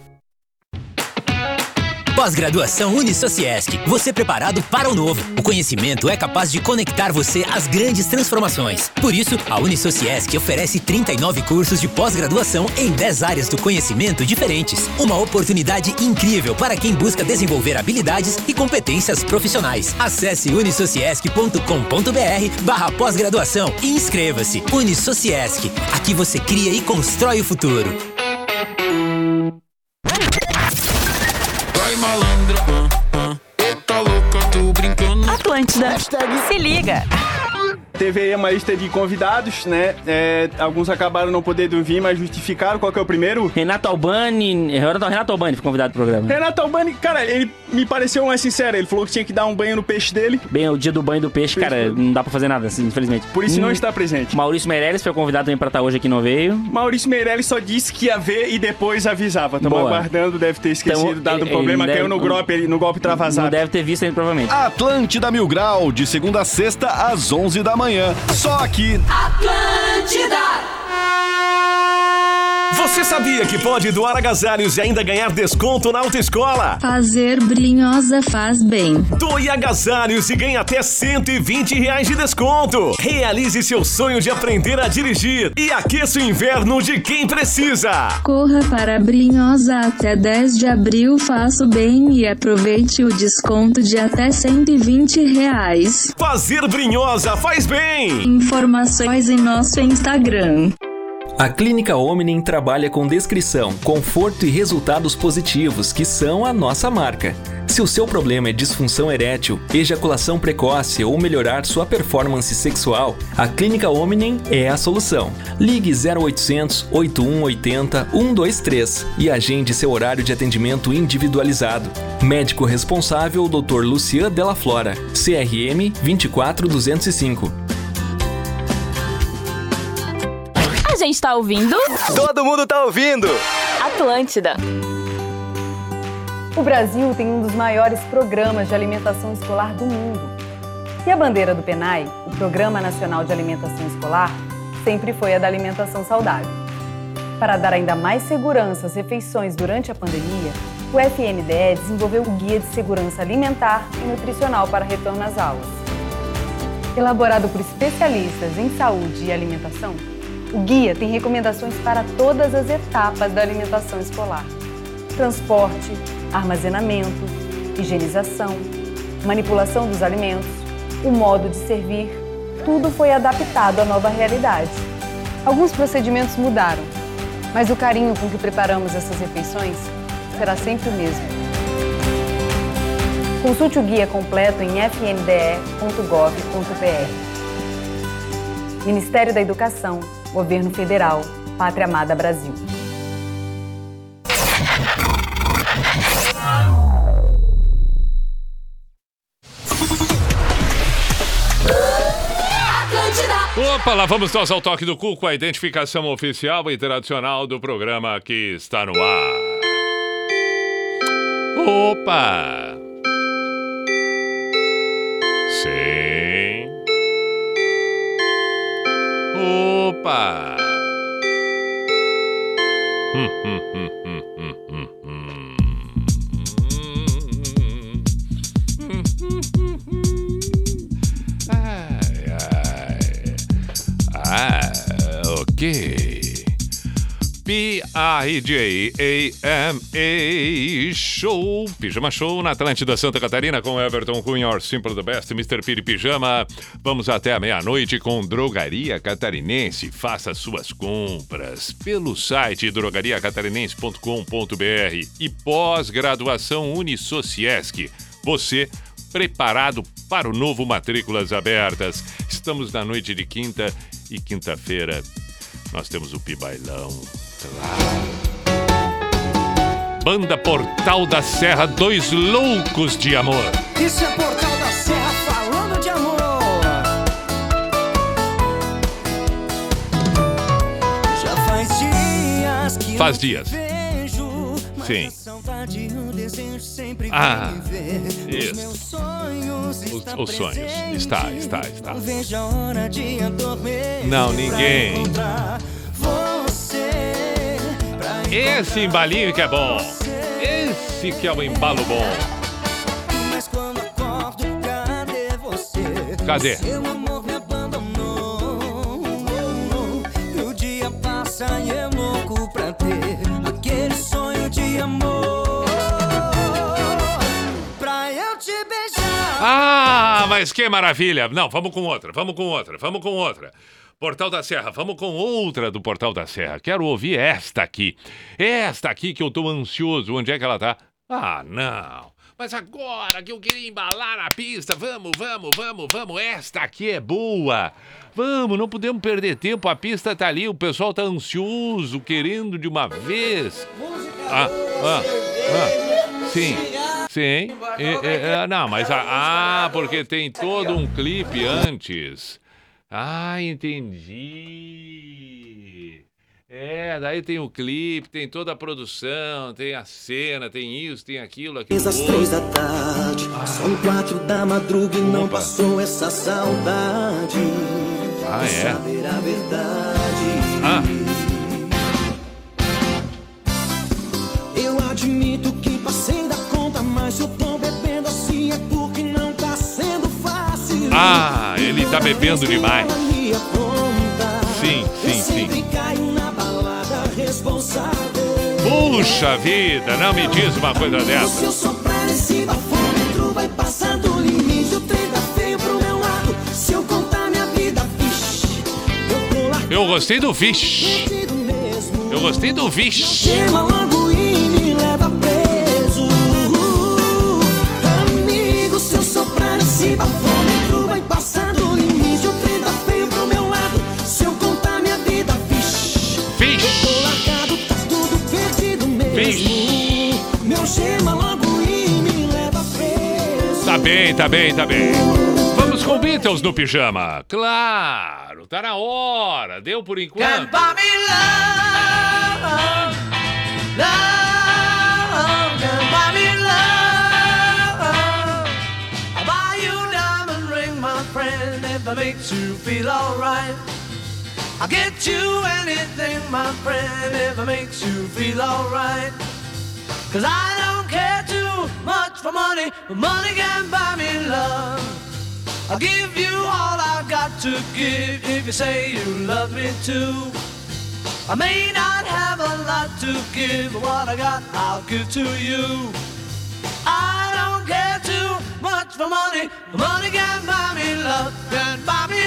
Pós-graduação Unisociesc. Você preparado para o novo. O conhecimento é capaz de conectar você às grandes transformações. Por isso, a Unisociesc oferece trinta e nove cursos de pós-graduação em dez áreas do conhecimento diferentes. Uma oportunidade incrível para quem busca desenvolver habilidades e competências profissionais. Acesse unisociesc ponto com ponto br barra pós-graduação e inscreva-se. Unisociesc. Aqui você cria e constrói o futuro. Malandra, ah, ah, tá louca, tô brincando. Atlântida, se liga. Teve aí uma lista de convidados, né? É, alguns acabaram não podendo vir, mas justificaram. Qual que é o primeiro? Renato Albani. Renato Albani foi convidado pro programa. Renato Albani, cara, ele me pareceu mais sincero. Ele falou que tinha que dar um banho no peixe dele. Bem, o dia do banho do peixe, peixe cara, foi... não dá pra fazer nada, assim, infelizmente. Por isso hum. não está presente. Maurício Meirelles foi convidado também pra estar hoje aqui, não veio. Maurício Meirelles só disse que ia ver e depois avisava. Estamos aguardando, deve ter esquecido, então, dado o um problema, deve, caiu no golpe, no golpe travasado. Não deve ter visto ainda, provavelmente. Atlântida Mil Grau, de segunda a sexta, às onze da manhã. Só aqui. Atlântida! Você sabia que pode doar agasalhos e ainda ganhar desconto na autoescola? Fazer brinhosa faz bem. Doe agasalhos e ganhe até cento e vinte reais de desconto. Realize seu sonho de aprender a dirigir e aqueça o inverno de quem precisa. Corra para a Brinhosa até dez de abril, faça o bem e aproveite o desconto de até cento e vinte reais. Fazer brinhosa faz bem. Informações em nosso Instagram. A Clínica Omnem trabalha com descrição, conforto e resultados positivos, que são a nossa marca. Se o seu problema é disfunção erétil, ejaculação precoce ou melhorar sua performance sexual, a Clínica Omnem é a solução. Ligue zero oitocentos, oitenta e um oitenta, cento e vinte e três e agende seu horário de atendimento individualizado. Médico responsável doutor Lucian Della Flora, C R M vinte e quatro duzentos e cinco. A gente tá ouvindo? Todo mundo tá ouvindo! Atlântida. O Brasil tem um dos maiores programas de alimentação escolar do mundo. E a bandeira do PENAI, o Programa Nacional de Alimentação Escolar, sempre foi a da alimentação saudável. Para dar ainda mais segurança às refeições durante a pandemia, o F N D E desenvolveu o Guia de Segurança Alimentar e Nutricional para Retorno às Aulas. Elaborado por especialistas em saúde e alimentação, o guia tem recomendações para todas as etapas da alimentação escolar: transporte, armazenamento, higienização, manipulação dos alimentos, o modo de servir, tudo foi adaptado à nova realidade. Alguns procedimentos mudaram, mas o carinho com que preparamos essas refeições será sempre o mesmo. Consulte o guia completo em f n d e ponto gov ponto b r. Ministério da Educação, Governo Federal, Pátria Amada Brasil. Opa, lá vamos nós ao toque do Cuco, a identificação oficial e tradicional do programa que está no ar. Opa! Sim. Opa! Hum, hum, hum, hum, hum, hum, hum. Ai, ai. Ah, ok. P I J A M A Show, Pijama Show na Atlântida Santa Catarina com Everton Cunha, Or Simple the Best, mister Piri Pijama. Vamos até a meia-noite com Drogaria Catarinense. Faça suas compras pelo site drogaria catarinense ponto com ponto b r e pós-graduação Unisociesc. Você preparado para o novo Matrículas Abertas. Estamos na noite de quinta e quinta-feira nós temos o Pibailão. Claro. Banda Portal da Serra, Dois Loucos de Amor. Isso é Portal da Serra falando de amor. Já faz dias que Faz eu dias. te vejo, mas Sim. a saudade e o desejo sempre Ah, vem me ver. isso. Os meus sonhos Os, estão os sonhos. presentes. Está, está, está. Não vejo a hora de adormecer Não, pra ninguém. encontrar você, pra Esse embalinho que é bom. Esse que é um embalo bom. Mas quando acordo, cadê você? Cadê? Seu amor me abandonou. E o dia passa e eu louco pra ter aquele sonho de amor. Pra eu te beijar. Ah, mas que maravilha. Não, vamos com outra, vamos com outra, vamos com outra. Portal da Serra, vamos com outra do Portal da Serra. Quero ouvir esta aqui. Esta aqui que eu tô ansioso. Onde é que ela tá? Ah, não. Mas agora que eu queria embalar na pista, vamos, vamos, vamos, vamos. Esta aqui é boa. Vamos, não podemos perder tempo. A pista tá ali, o pessoal tá ansioso, querendo de uma vez. Ah, ah, ah. Sim, sim. É, é, é, não, mas a, ah, porque tem todo um clipe antes. Ah, entendi. É, daí tem o clipe, tem toda a produção, tem a cena, tem isso, tem aquilo, aquilo. Às três da tarde, são quatro da madruga e não passou essa saudade. Ah, de é? saber a verdade. Ah. Eu admito que passei da conta, mas eu tô bebendo assim é porque não tá sendo fácil. Ah, ele tá bebendo demais. Sim, sim, sim. Puxa vida, não me diz uma coisa dessa. Se eu soprar esse bafômetro, vai passar do limite. O trem tá feio pro meu lado. Se eu contar minha vida, vixe, eu tô lá. Eu gostei do vixe. Eu gostei do vixe. Chama logo e me leva preso. Amigo, se eu soprar esse bafômetro, vai passar do limite. O trem tá feio pro meu lado. Se eu contar minha vida, vixe, vixe. eu tô largado, tá tudo perdido mesmo. Vixe. Meu chama logo e me leva preso. Tá bem, tá bem, tá bem. Vamos com Beatles no pijama. Claro, tá na hora. Deu por enquanto. Can't buy me love, love, can't buy me love. I'll buy you a diamond ring, my friend, if it makes you feel alright. I'll get you anything, my friend, if it makes you feel alright. Cause I don't care too much for money, but money can't buy me love. I'll give you all I've got to give if you say you love me too. I may not have a lot to give, but what I got I'll give to you. I don't care too much for money, but money can't buy me love, can't buy me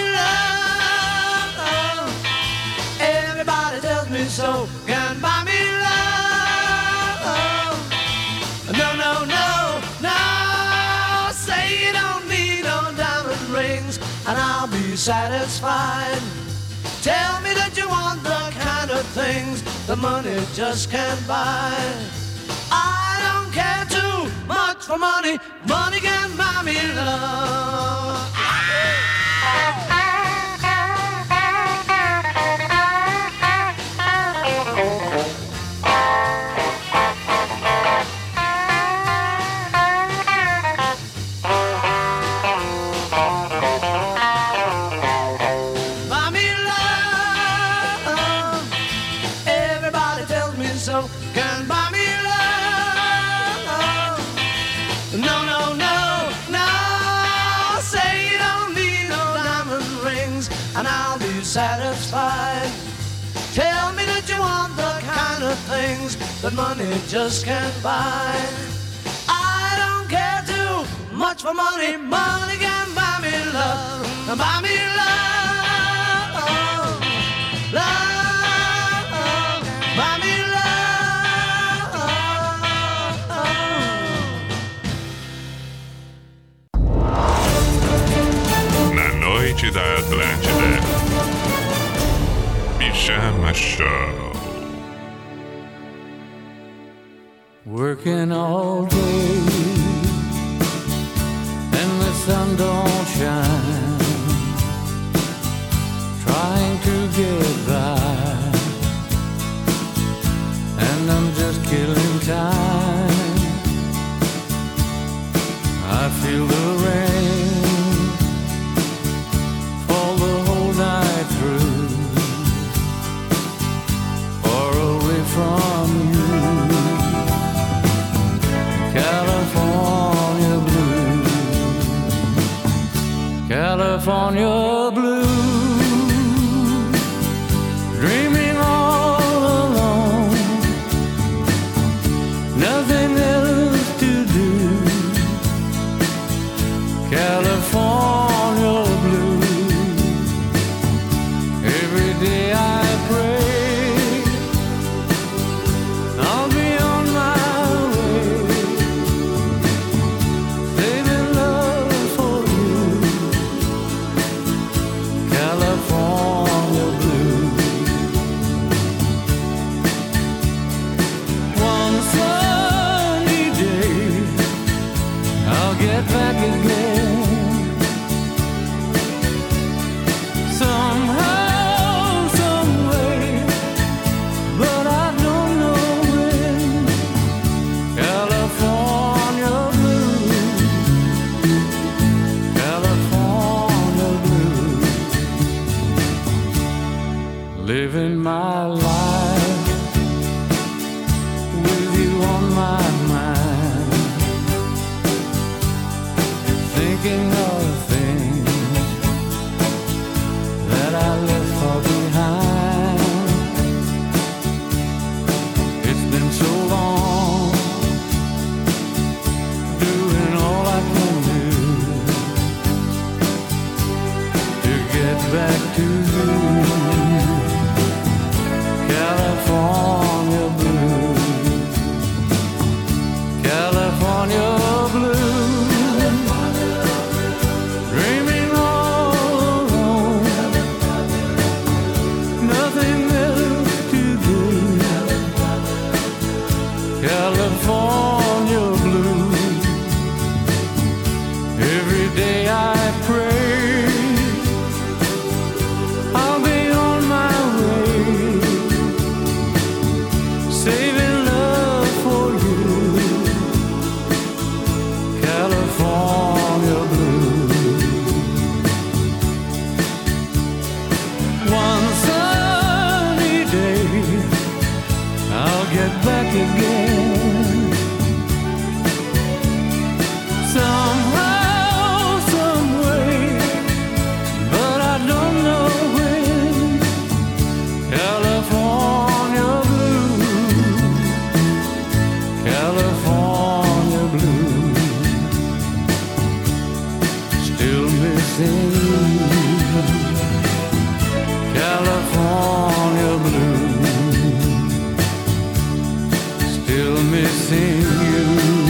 love. Everybody tells me so, can't buy me love. No, no, no, no, say you don't need no diamond rings and I'll be satisfied. Tell me that you want the kind of things that money just can't buy. I don't care too much for money, money can't buy me love. Buy me love. Everybody tells me so. Can buy me love. No, no, no, no. Say you don't need no diamond rings and I'll be satisfied. Tell me that you want the kind of things that money just can't buy. I don't care too much for money. Money can buy me love. Buy me love. Love. Buy me love. Na noite da Atlântida. Pijama Show. Working all day and the sun don't shine, trying to get by, and I'm just killing time. I feel the rain fall the whole night through, far away from you. California blue, California blue, dreaming all alone, nothing else to do. California blue, every day I pray I'll be on my way, saving love for you. California blue. One sunny day I'll get back again. Somehow, some way, but I don't know when. California blue, California blue, living my life with you on my mind, thinking of things that I left far behind. It's been so long, doing all I can do to get back to you. California blue, California blue, dreaming all alone, nothing else to do. California blue, every day I pray I'll be on my way, saving love for you. California blue. One sunny day I'll get back again. Somehow, some way, but I don't know when. California blue, California blue, still missing you. California blue, still missing you.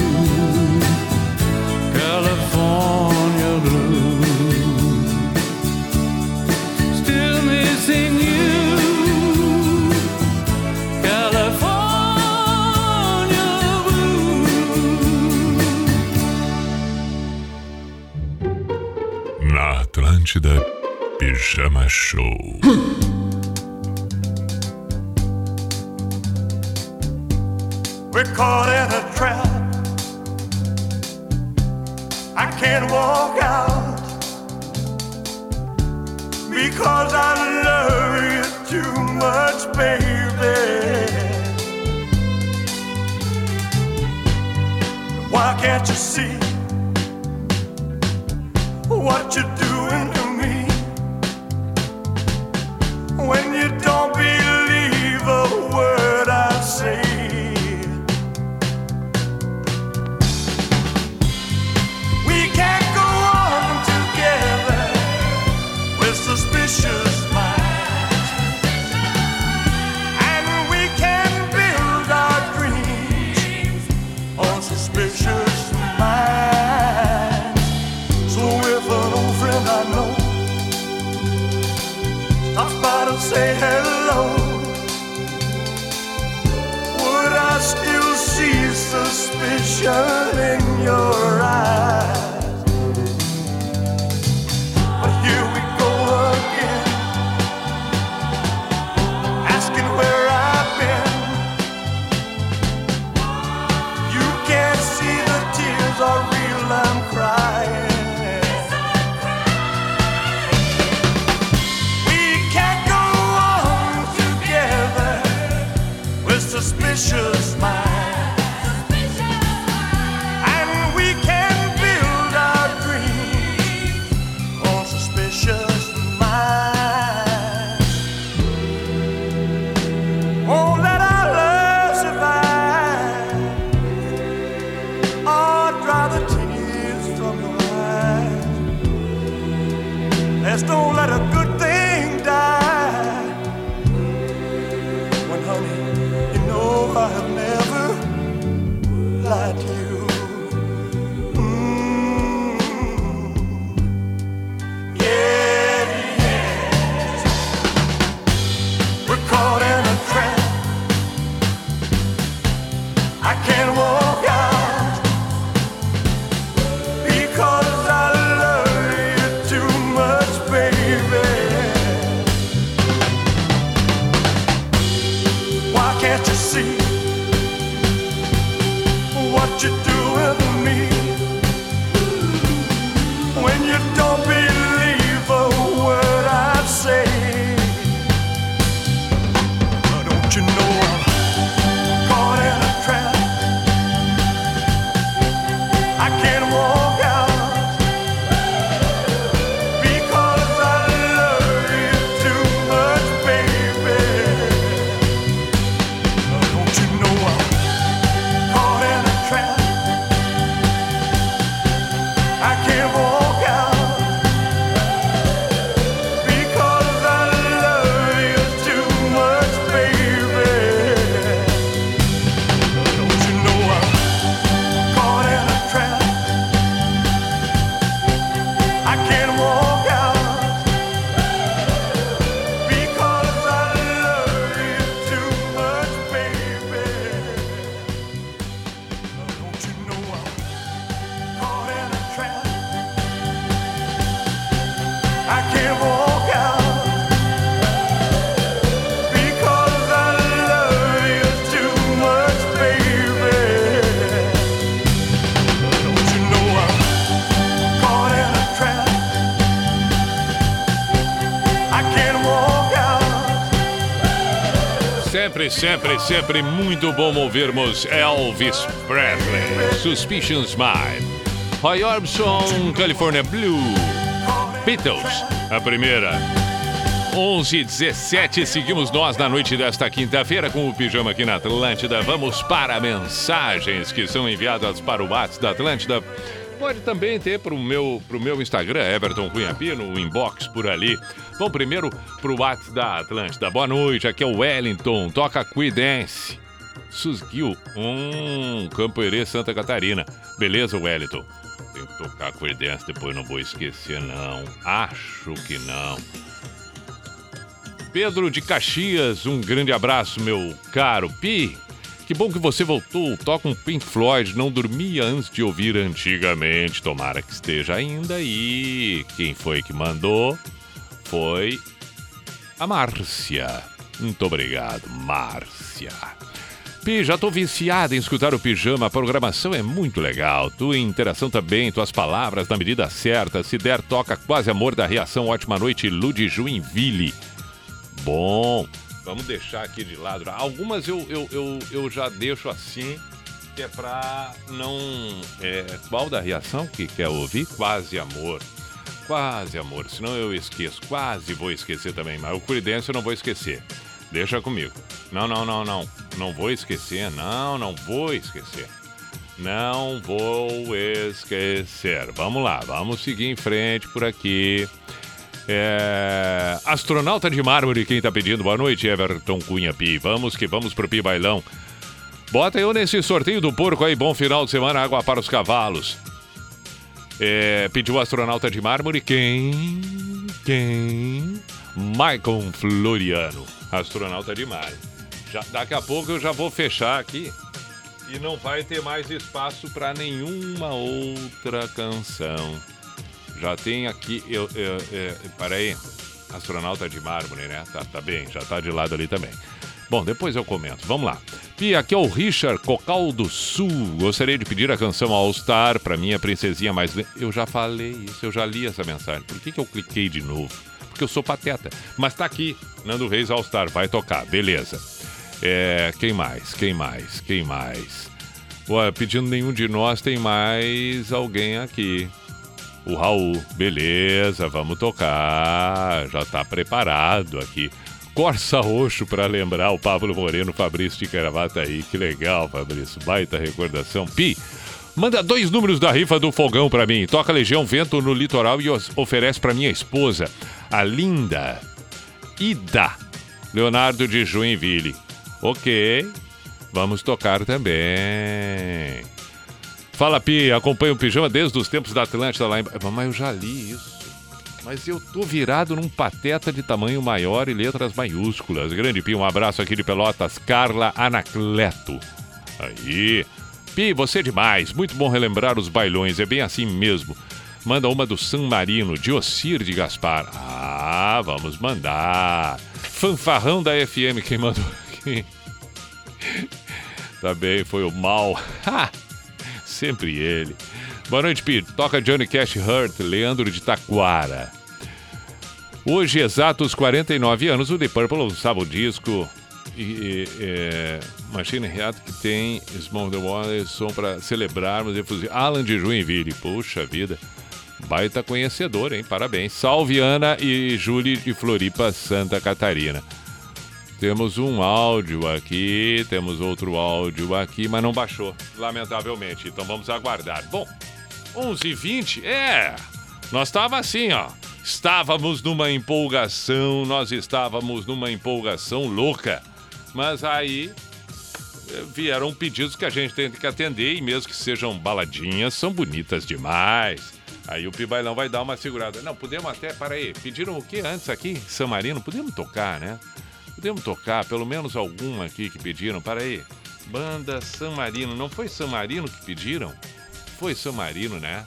California blue, still missing you. California blue. Na Atlântida, Pijama Show. We're caught in a trap. I can't walk out because I love you too much, baby. Why can't you see what you're doing to me? When you don't believe a word I say, we can't go on together with suspicious minds, and we can build our dreams on suspicious minds. So if an old friend I know stops by to say hello, would I still see some suspicion in your eyes. But here we go again, asking where I've been. You can't see the tears are real, I'm crying. We can't go on together with suspicious minds. Don't let a good thing die. When, honey, you know I have never lied to you. Mm. Yeah, yes. We're caught in a trap. I can't walk out because I love you too much, baby. Why can't you see what you're doing to me? When you don't believe a word I say, don't you know I'm caught in a trap? I can't walk out. Sempre, sempre, sempre muito bom ouvirmos Elvis Presley, Suspicious Mind, Roy Orbison, California Blue, Beatles, a primeira. onze e dezessete, seguimos nós na noite desta quinta-feira com o Pijama aqui na Atlântida. Vamos para mensagens que são enviadas para o WhatsApp da Atlântida. Pode também ter para o meu, pro meu Instagram, Everton Cunha Pino, o inbox por ali. Vamos primeiro para o WhatsApp da Atlântida. Boa noite, aqui é o Wellington, toca Creedence. Susguil, um Campo Herê, Santa Catarina. Beleza, Wellington? Tenho que tocar Creedence, depois não vou esquecer, não. Acho que não. Pedro de Caxias, um grande abraço, meu caro Pi. Que bom que você voltou. Toca um Pink Floyd, não dormia antes de ouvir antigamente. Tomara que esteja ainda aí. Quem foi que mandou? Foi a Márcia. Muito obrigado, Márcia. Pi, já tô viciado em escutar o Pijama. A programação é muito legal. Tua interação também, tuas palavras na medida certa. Se der, toca Quase Amor da Reação. Ótima noite, Lu de Joinville. Bom, vamos deixar aqui de lado. Algumas eu, eu, eu, eu já deixo assim, que é pra não... É, qual da Reação que quer ouvir? Quase Amor. Quase Amor, senão eu esqueço. Quase vou esquecer também, mas o Creedence eu não vou esquecer. Deixa comigo. Não, não, não, não. Não vou esquecer. Não, não vou esquecer. Não vou esquecer. Vamos lá, vamos seguir em frente por aqui. É... Astronauta de Mármore, quem tá pedindo? Boa noite, Everton Cunha Pi. Vamos que vamos pro Pi Bailão. Bota eu nesse sorteio do porco aí. Bom final de semana, água para os cavalos. É... Pediu Astronauta de Mármore. Quem? Quem? Maicon Floriano. Astronauta de Mármore. Já, daqui a pouco eu já vou fechar aqui. E não vai ter mais espaço para nenhuma outra canção. Já tem aqui. Eu, eu, eu, peraí. Astronauta de mármore, né? Tá, tá bem, já tá de lado ali também. Bom, depois eu comento. Vamos lá. Pia, aqui é o Richard Cocal do Sul. Gostaria de pedir a canção All Star pra minha princesinha mais linda. Eu já falei isso, eu já li essa mensagem. Por que, que eu cliquei de novo? Porque eu sou pateta. Mas tá aqui. Nando Reis All Star. Vai tocar. Beleza. É, quem mais? Quem mais? Quem mais? Ué, pedindo nenhum de nós, tem mais alguém aqui. O Raul. Beleza, vamos tocar. Já tá preparado aqui. Corsa Roxo para lembrar o Pablo Moreno, Fabrício de Caravataí. Que legal, Fabrício. Baita recordação. Pi, manda dois números da rifa do fogão para mim. Toca Legião Vento no litoral e oferece para minha esposa, a linda Ida Leonardo de Joinville. Ok, vamos tocar também. Fala, Pi, acompanha o Pijama desde os tempos da Atlântida lá em... Mas eu já li isso. Mas eu tô virado num pateta de tamanho maior e letras maiúsculas. Grande Pi, um abraço aqui de Pelotas, Carla Anacleto. Aí. Pi, você é demais. Muito bom relembrar os bailões, é bem assim mesmo. Manda uma do San Marino, Diocir de Gaspar. Ah, vamos mandar. Fanfarrão da F M, quem mandou aqui? Tá bem, foi o Mal. Sempre ele. Boa noite, Pi. Toca Johnny Cash Hurt, Leandro de Taquara. Hoje, exatos quarenta e nove anos, o The Purple lançava o disco e, e, é, Machine Head, que tem Small the Water, som para celebrarmos e fuzir. Alan de Joinville. Puxa vida. Baita conhecedor, hein? Parabéns. Salve, Ana e Júlia de Floripa, Santa Catarina. Temos um áudio aqui, temos outro áudio aqui, mas não baixou, lamentavelmente. Então vamos aguardar. Bom, onze e vinte, é, nós estávamos assim, ó. Estávamos numa empolgação, nós estávamos numa empolgação louca. Mas aí vieram pedidos que a gente tem que atender, e mesmo que sejam baladinhas, são bonitas demais. Aí o Pibailão vai dar uma segurada. Não, podemos até, para aí, pediram o que antes aqui? San Marino, podemos tocar, né? Podemos tocar, pelo menos alguma aqui que pediram. Para aí. Banda San Marino. Não foi San Marino que pediram? Foi San Marino, né?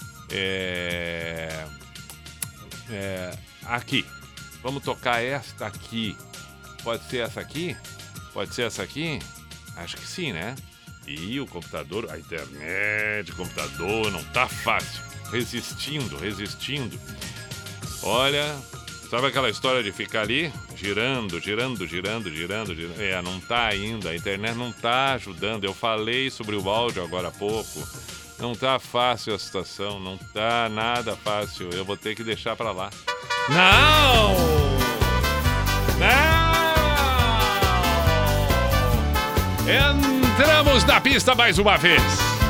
É... é... Aqui. Vamos tocar esta aqui. Pode ser essa aqui? Pode ser essa aqui? Acho que sim, né? E o computador, a internet, o computador, não tá fácil. Resistindo, resistindo. Olha... Sabe aquela história de ficar ali, girando, girando, girando, girando, girando? É, não tá ainda, a internet não tá ajudando. Eu falei sobre o áudio agora há pouco. Não tá fácil a situação, não tá nada fácil. Eu vou ter que deixar pra lá. Não! Não! Entramos na pista mais uma vez.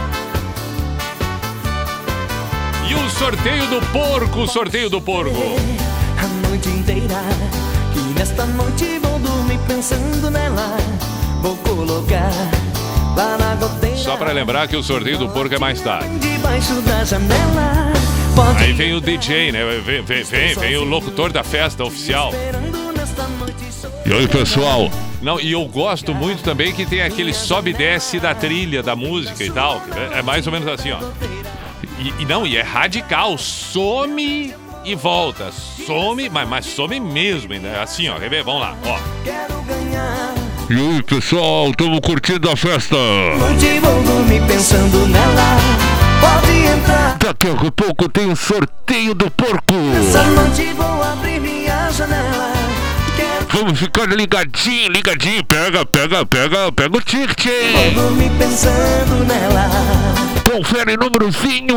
E o sorteio do porco, o sorteio do porco. A noite inteira, que nesta noite vou dormir pensando nela. Vou colocar lá na goteira. Só pra lembrar que o sorteio do porco é mais tarde. Debaixo da janela. Aí vem o D J, né? Vem, vem, vem, vem o locutor da festa oficial. E aí, pessoal? Não, e eu gosto muito também que tem aquele sobe e desce da trilha, da música e tal. É mais ou menos assim, ó. E, e não, e é radical. Some... E volta, some, mas, mas some mesmo, ainda. Assim, ó, quer ver? Vamos lá, ó. E aí, pessoal, estamos curtindo a festa. Noite vou dormir pensando nela. Pode entrar. Daqui a pouco tem o sorteio do porco. Essa noite vou abrir minha janela. Quero... Vamos ficar ligadinho, ligadinho. Pega, pega, pega, pega o ticket. Vou dormir pensando nela. Confere númerozinho.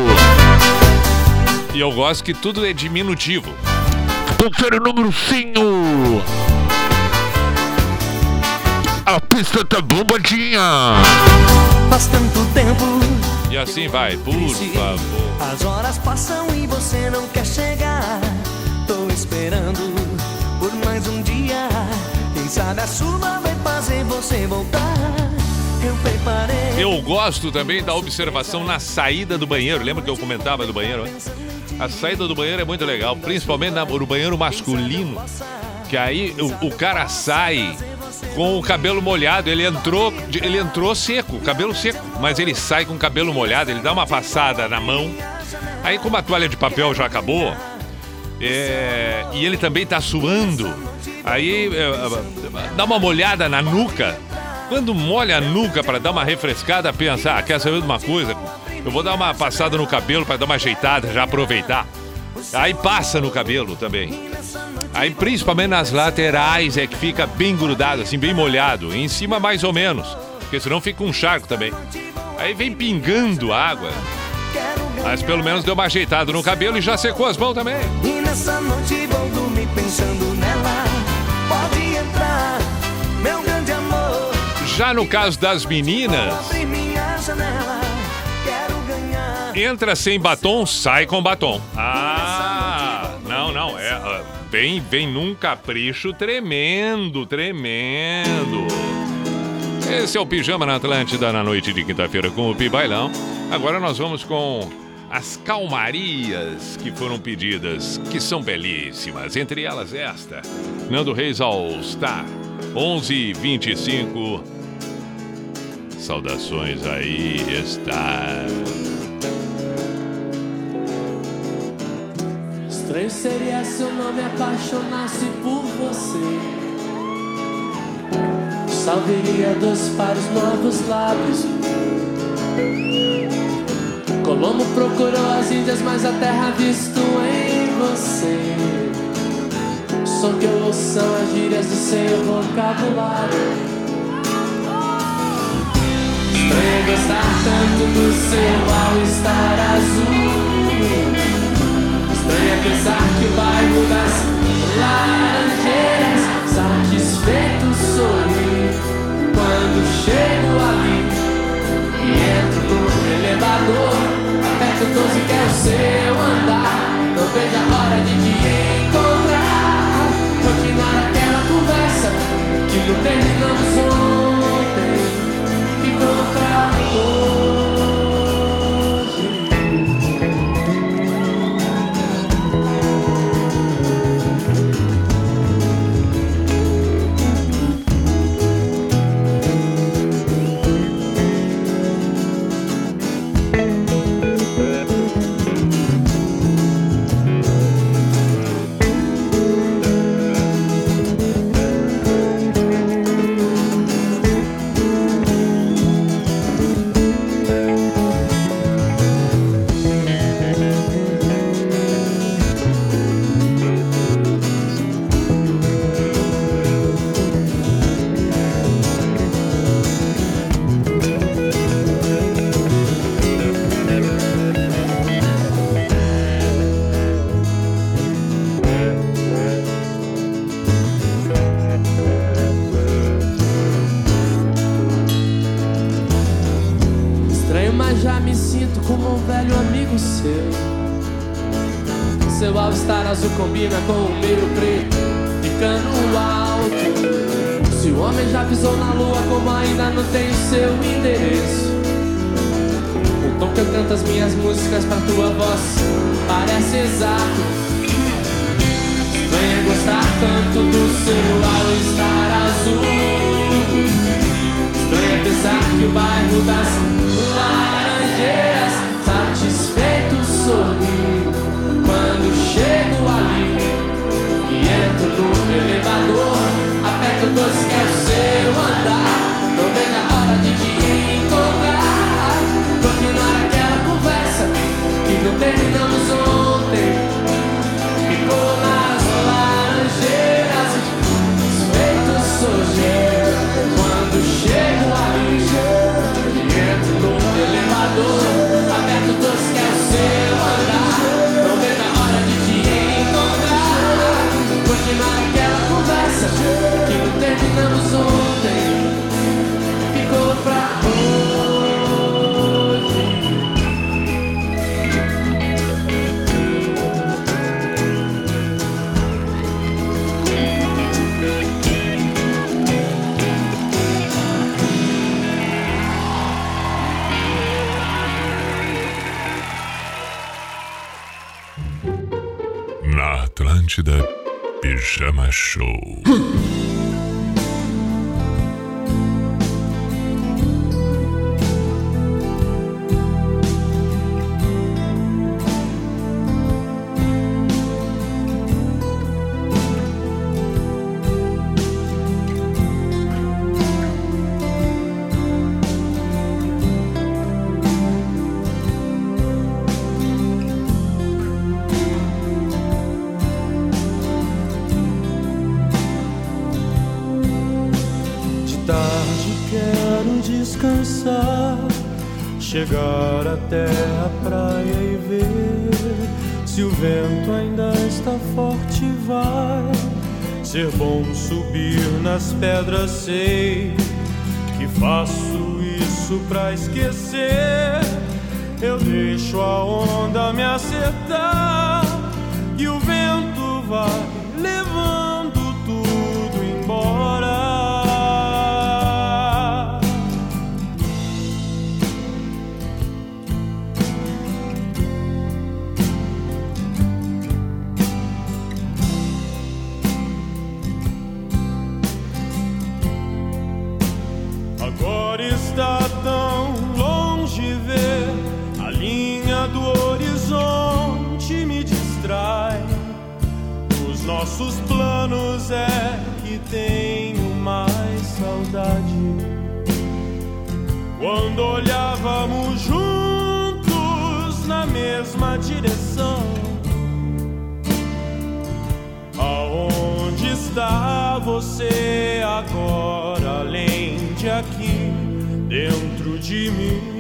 E eu gosto que tudo é diminutivo. Confere o númerozinho. A pista tá bombadinha. Faz tanto tempo. E assim vai, por favor. As horas passam e você não quer chegar. Tô esperando por mais um dia. Quem sabe a chuva vai fazer você voltar. Eu preparei. Eu gosto também da observação na saída do banheiro. Lembra que eu comentava do banheiro? A saída do banheiro é muito legal, principalmente no banheiro masculino. Que aí o, o cara sai com o cabelo molhado. Ele entrou, ele entrou seco, cabelo seco, mas ele sai com o cabelo molhado, ele dá uma passada na mão. Aí, como a toalha de papel já acabou, é, e ele também tá suando, aí é, dá uma molhada na nuca. Quando molha a nuca para dar uma refrescada, pensa, ah, quer saber de uma coisa? Eu vou dar uma passada no cabelo para dar uma ajeitada, já aproveitar. Aí passa no cabelo também. Aí principalmente nas laterais é que fica bem grudado, assim, bem molhado. Em cima mais ou menos, porque senão fica um charco também. Aí vem pingando água. Mas pelo menos deu uma ajeitada no cabelo e já secou as mãos também. E nessa noite vou dormir pensando nela. Pode entrar, meu grande amor. Já no caso das meninas, Abre minha janela. Quero ganhar. entra sem batom, sai com batom. Ah, não, não, é, uh, vem, vem num capricho tremendo, tremendo. Esse é o Pijama na Atlântida na noite de quinta-feira com o Pi Bailão. Agora nós vamos com as calmarias que foram pedidas, que são belíssimas. Entre elas esta, Nando Reis All Star, onze e vinte e cinco. Saudações aí, está. Estranho seria se eu não me apaixonasse por você. Salveria dos pares novos lábios. Colombo procurou as Índias, mas a terra visto em você. O som que eu ouço são as gírias do seu vocabulário. Estranho gostar tanto do seu all-star azul. Estranho é pensar que o bairro das laranjeiras satisfeito sorrir quando chego ali e entro no elevador. Aperto doze, quero seu andar. Não vejo a hora de te encontrar. Continuar aquela conversa que não terminamos ontem. Ficou pra hoje. Já me sinto como um velho amigo seu. Seu all-star azul combina com o meio preto, ficando alto. Se o homem já pisou na lua, como ainda não tem o seu endereço. O tom que eu canto as minhas músicas pra tua voz parece exato. Venha gostar tanto do seu all-star azul. Venha pensar que o bairro das laranjeiras satisfeito sorrir quando chego ali e entro no elevador. Aperto dois, quero seu andar. Não vejo a hora de te encontrar. Continuar aquela conversa que não terminamos ontem. Ficou nas laranjeiras feito sorrir quando chego ali e entro no elevador. Aperto dois, quero seu andar. Não vejo a hora de te encontrar. Continuar aquela conversa que não terminamos ontem. Ficou pra Na Atlântida, Pijama Show. descansar, chegar até a praia e ver se o vento ainda está forte. Vai ser bom subir nas pedras, sei que faço isso pra esquecer. Eu deixo a onda me acertar e o vento vai levando tudo embora. Agora está tão longe ver a linha do horizonte, me distrai. Os nossos planos é que tenho mais saudade. Quando olhávamos juntos na mesma direção, aonde está você agora, além de aqui dentro de mim?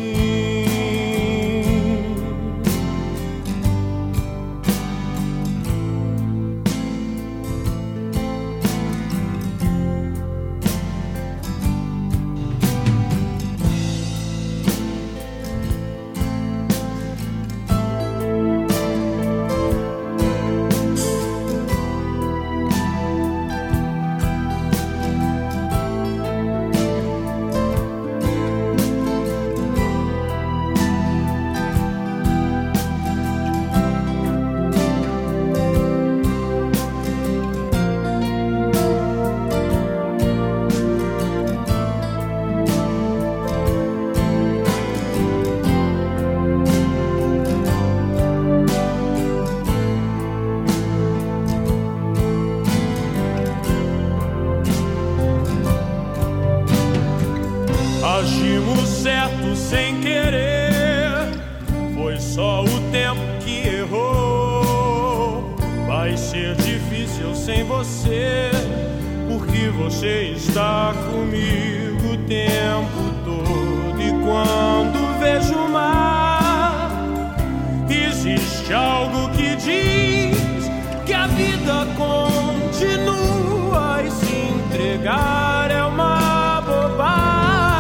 Agimos certo sem querer, foi só o tempo que errou. Vai ser difícil sem você, porque você está comigo o tempo todo. E quando vejo o mar, existe algo que diz que a vida continua, e se entregar é uma bobagem.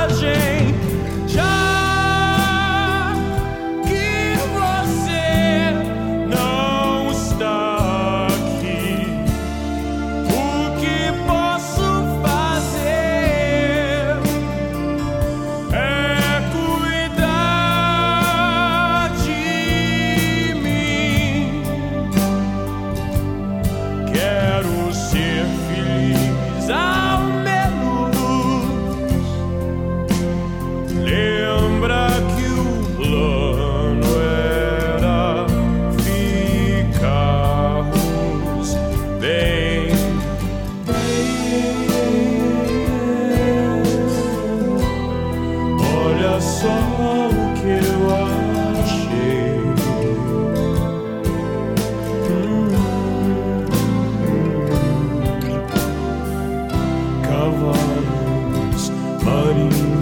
Já que você não está aqui, o que posso fazer é cuidar de mim. Quero ser feliz ao menos. Lembra que o plano era ficarmos bem. Olha só o que eu achei. Hum. Cavalos marinhos.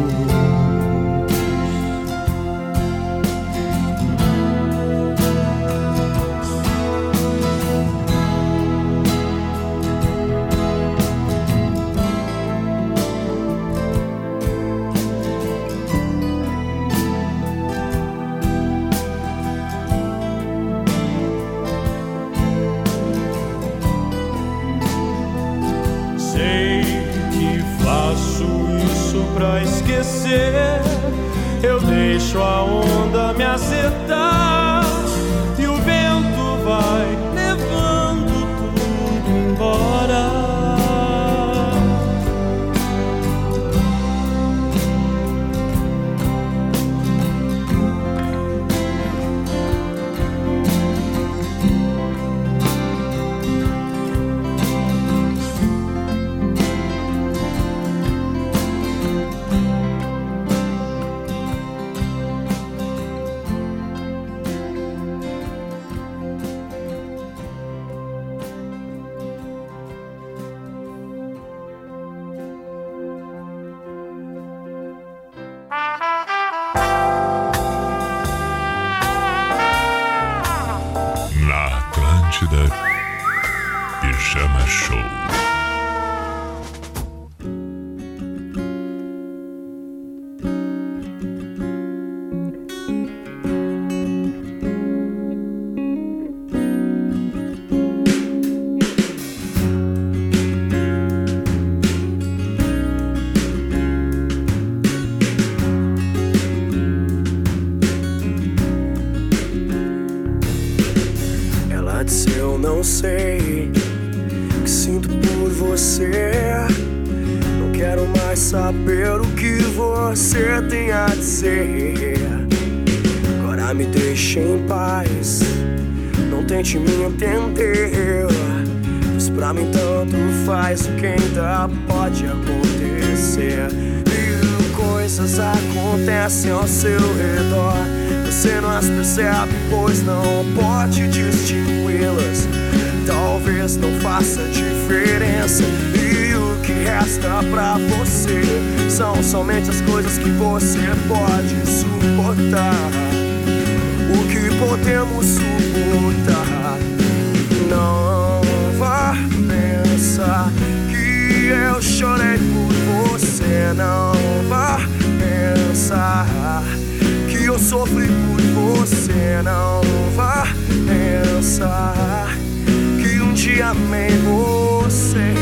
Sei que faço isso pra esquecer. Eu deixo a onda me acertar e o vento vai levando tudo embora. Atlântida, Pijama Show. Sei que sinto por você. Não quero mais saber o que você tem a dizer. Agora me deixe em paz, não tente me entender. Pois pra mim tanto faz o que ainda pode acontecer. Mil coisas acontecem ao seu redor, você não as percebe, pois não pode distingui-las. Talvez não faça diferença, e o que resta pra você são somente as coisas que você pode suportar. O que podemos suportar. Não vá pensar que eu chorei por você. Não vá pensar que eu sofri por você. Não vá pensar que um dia amei você.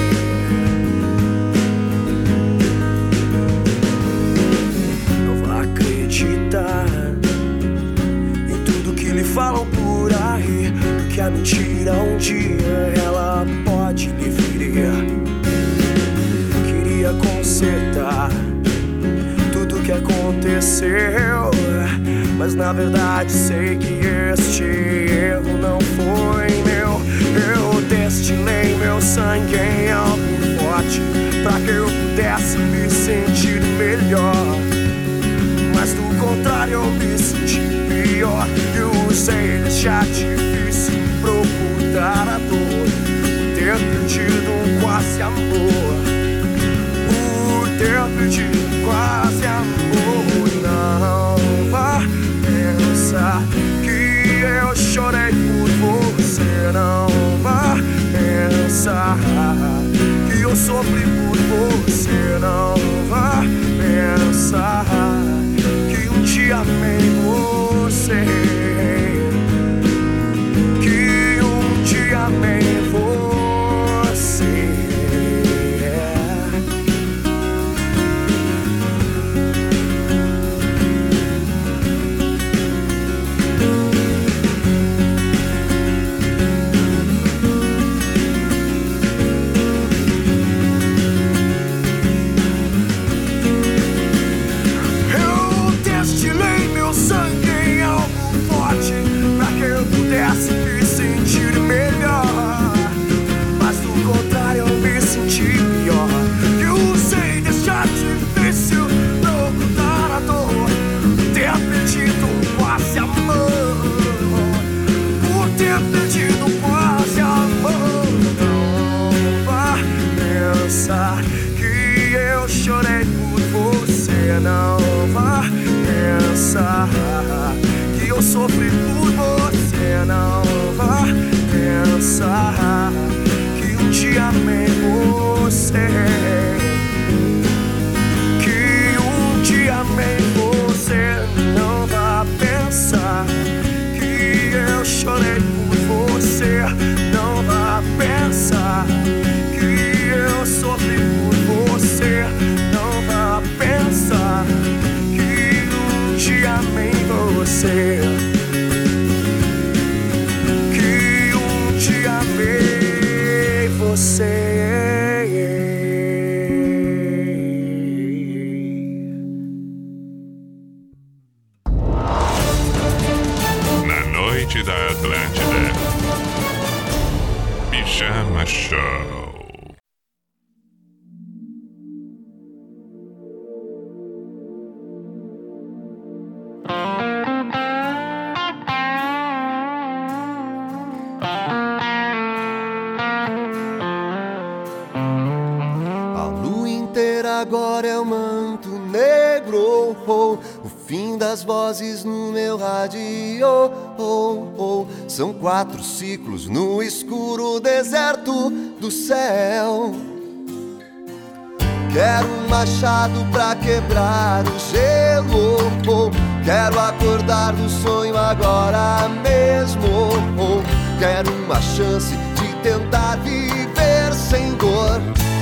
Não vá acreditar em tudo que lhe falam por aí, porque a mentira um dia ela pode lhe ferir. Queria consertar tudo que aconteceu, mas na verdade sei que este erro não foi meu. Eu destilei meu sangue em algo forte pra que eu pudesse me sentir melhor, mas do contrário eu me senti pior. Eu usei este artifício pra ocultar a dor, por ter perdido um quase amor, por ter perdido quase amor. Não vá pensar que eu chorei por você. Não vá pensar que eu sofri por você. Não vá pensar que um dia amei você, que um dia amei você. Me sentir melhor, mas do contrário eu me senti pior. Eu usei deste artifício pra ocultar a dor, por ter perdido um quase amor, por ter perdido um quase amor. Não vá pensar que eu chorei por você. Não vá pensar que eu sofri por você. Não vá pensar que um dia amei você, que um dia amei você. Não vá pensar que eu chorei por você. Não vá pensar que eu sofri por você. Não vá pensar que um dia amei você, amei você. Na noite da Atlântida, Pijama Show. Agora é o manto negro, oh, o fim da tantas vozes no meu rádio, oh, oh. São quatro ciclos no escuro deserto do céu. Quero um machado pra quebrar o gelo, oh. Quero acordar do sonho agora mesmo, oh. Quero uma chance de tentar viver sem dor.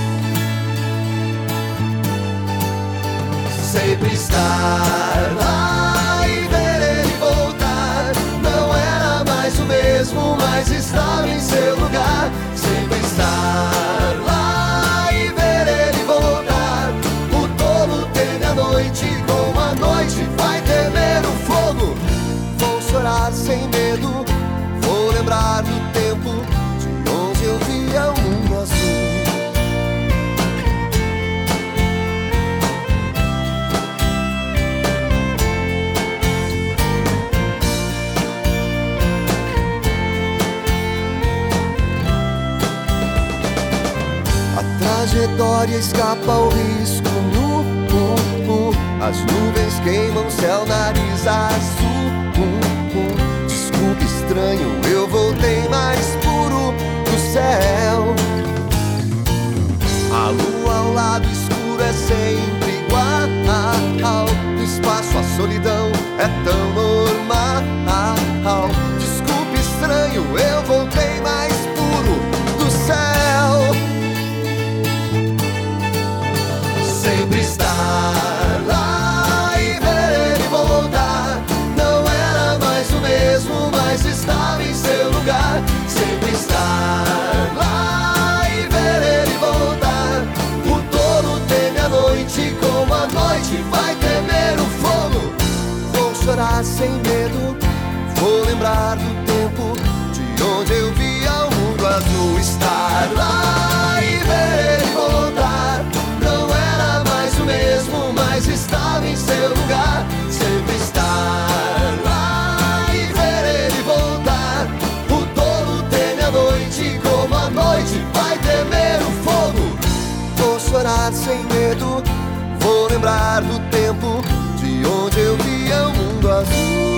Sempre estar lá e ver ele voltar. Não era mais o mesmo, mas estava em seu lugar. Sempre estar lá e ver ele voltar. O tolo teme a noite, como a noite vai temer o fogo. Vou chorar sem medo, vou lembrar do tempo de onde eu via o mundo azul. A trajetória escapa ao risco nu, uh, uh. As nuvens queimam o céu, nariz azul, uh, uh. Desculpe, estranho, eu voltei mais puro do céu. A lua ao lado escuro é sempre igual. No espaço a solidão é tão normal. Desculpe, estranho, eu voltei mais puro do céu. Sempre estar lá e ver ele voltar. Não era mais o mesmo, mas estava em seu lugar. Sempre estar lá e ver ele voltar. O tolo teme a noite, como a noite vai temer o fogo. Vou chorar sem medo, vou lembrar do tempo de onde eu via o mundo azul. Estar lá e ver ele voltar. Não era mais o mesmo, mas estava em seu lugar. Sempre estar lá e ver ele voltar. O tolo teme a noite, como a noite vai temer o fogo. Vou chorar sem medo, vou lembrar do tempo de onde eu via o mundo azul.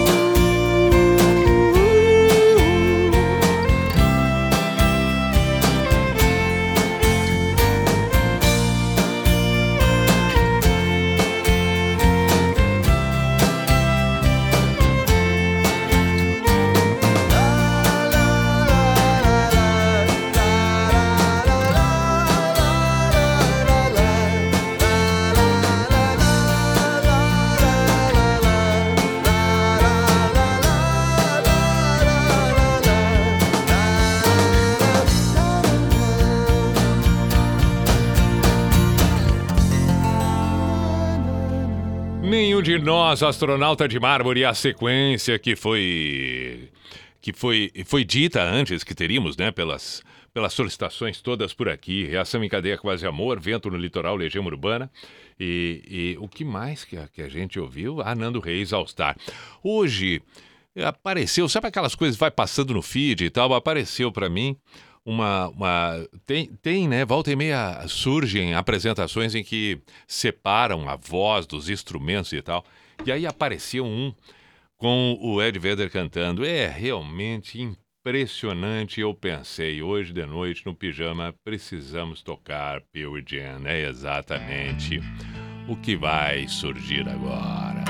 Nenhum de nós, astronauta de mármore, a sequência que foi que foi, foi dita antes que teríamos, né, pelas, pelas solicitações todas por aqui. Reação em cadeia, quase amor, vento no litoral, legião urbana. E, e o que mais que a, que a gente ouviu? Ah, Nando Reis, All Star. Hoje apareceu, sabe aquelas coisas que vai passando no feed e tal? Apareceu para mim uma... uma tem, tem, né? Volta e meia surgem apresentações em que separam a voz dos instrumentos e tal. E aí apareceu um com o Ed Vedder cantando. É realmente impressionante. Eu pensei, hoje de noite no pijama precisamos tocar Pearl Jam. É exatamente o que vai surgir agora.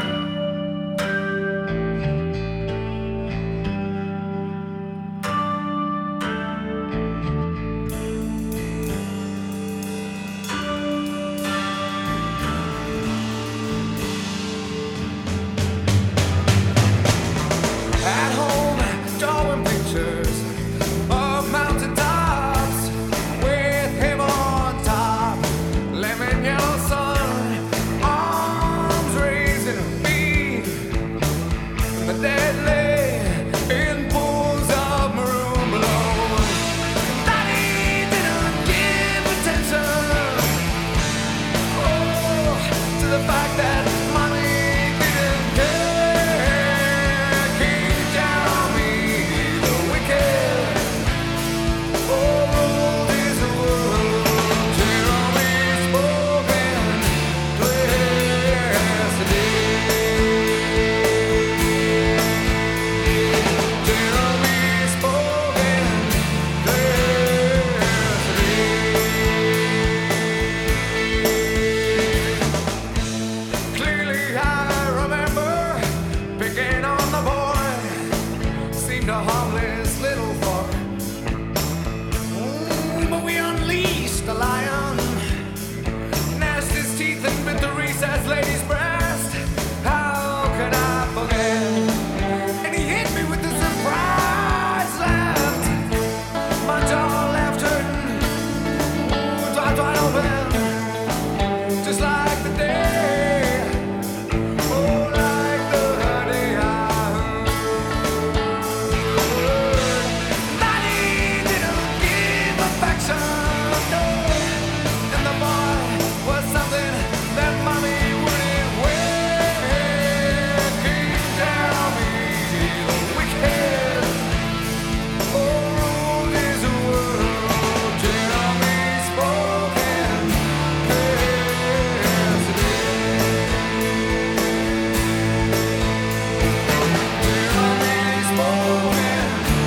Lemon yellow sun, arms raised in a the lion gnashed his teeth and bit the recessed lady's breast. How could I forget? And he hit me with the surprise left. My jaw left hurting, ooh, wide, wide open, just like the day, oh, like the day I heard. Daddy didn't give affection, no, and the boy was something that mommy wouldn't wear. Came down me the wicked, oh, this world, tell me spoken yesterday. Tell me spoken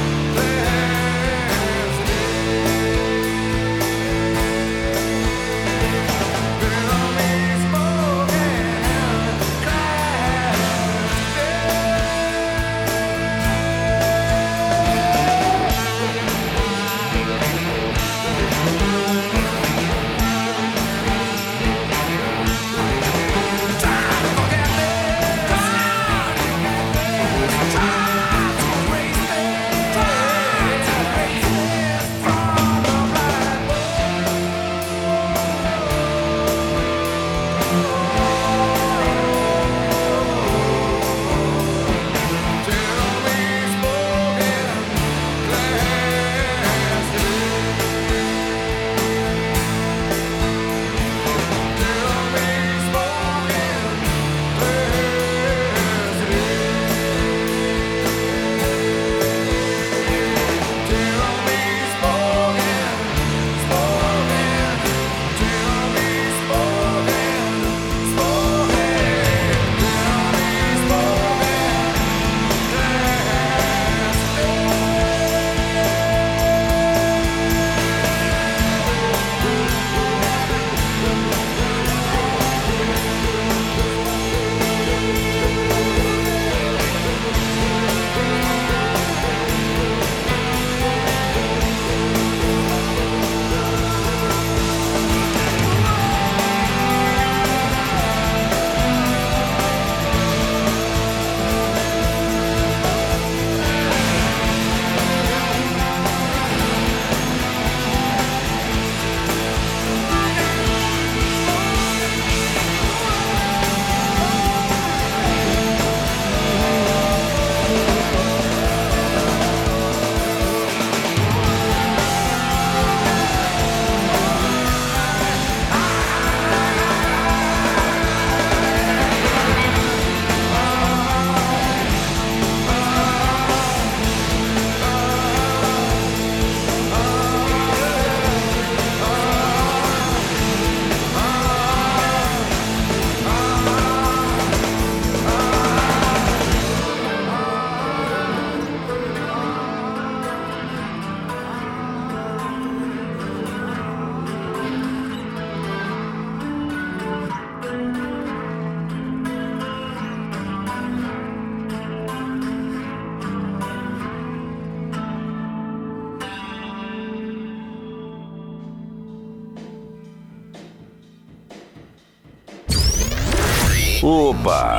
Opa!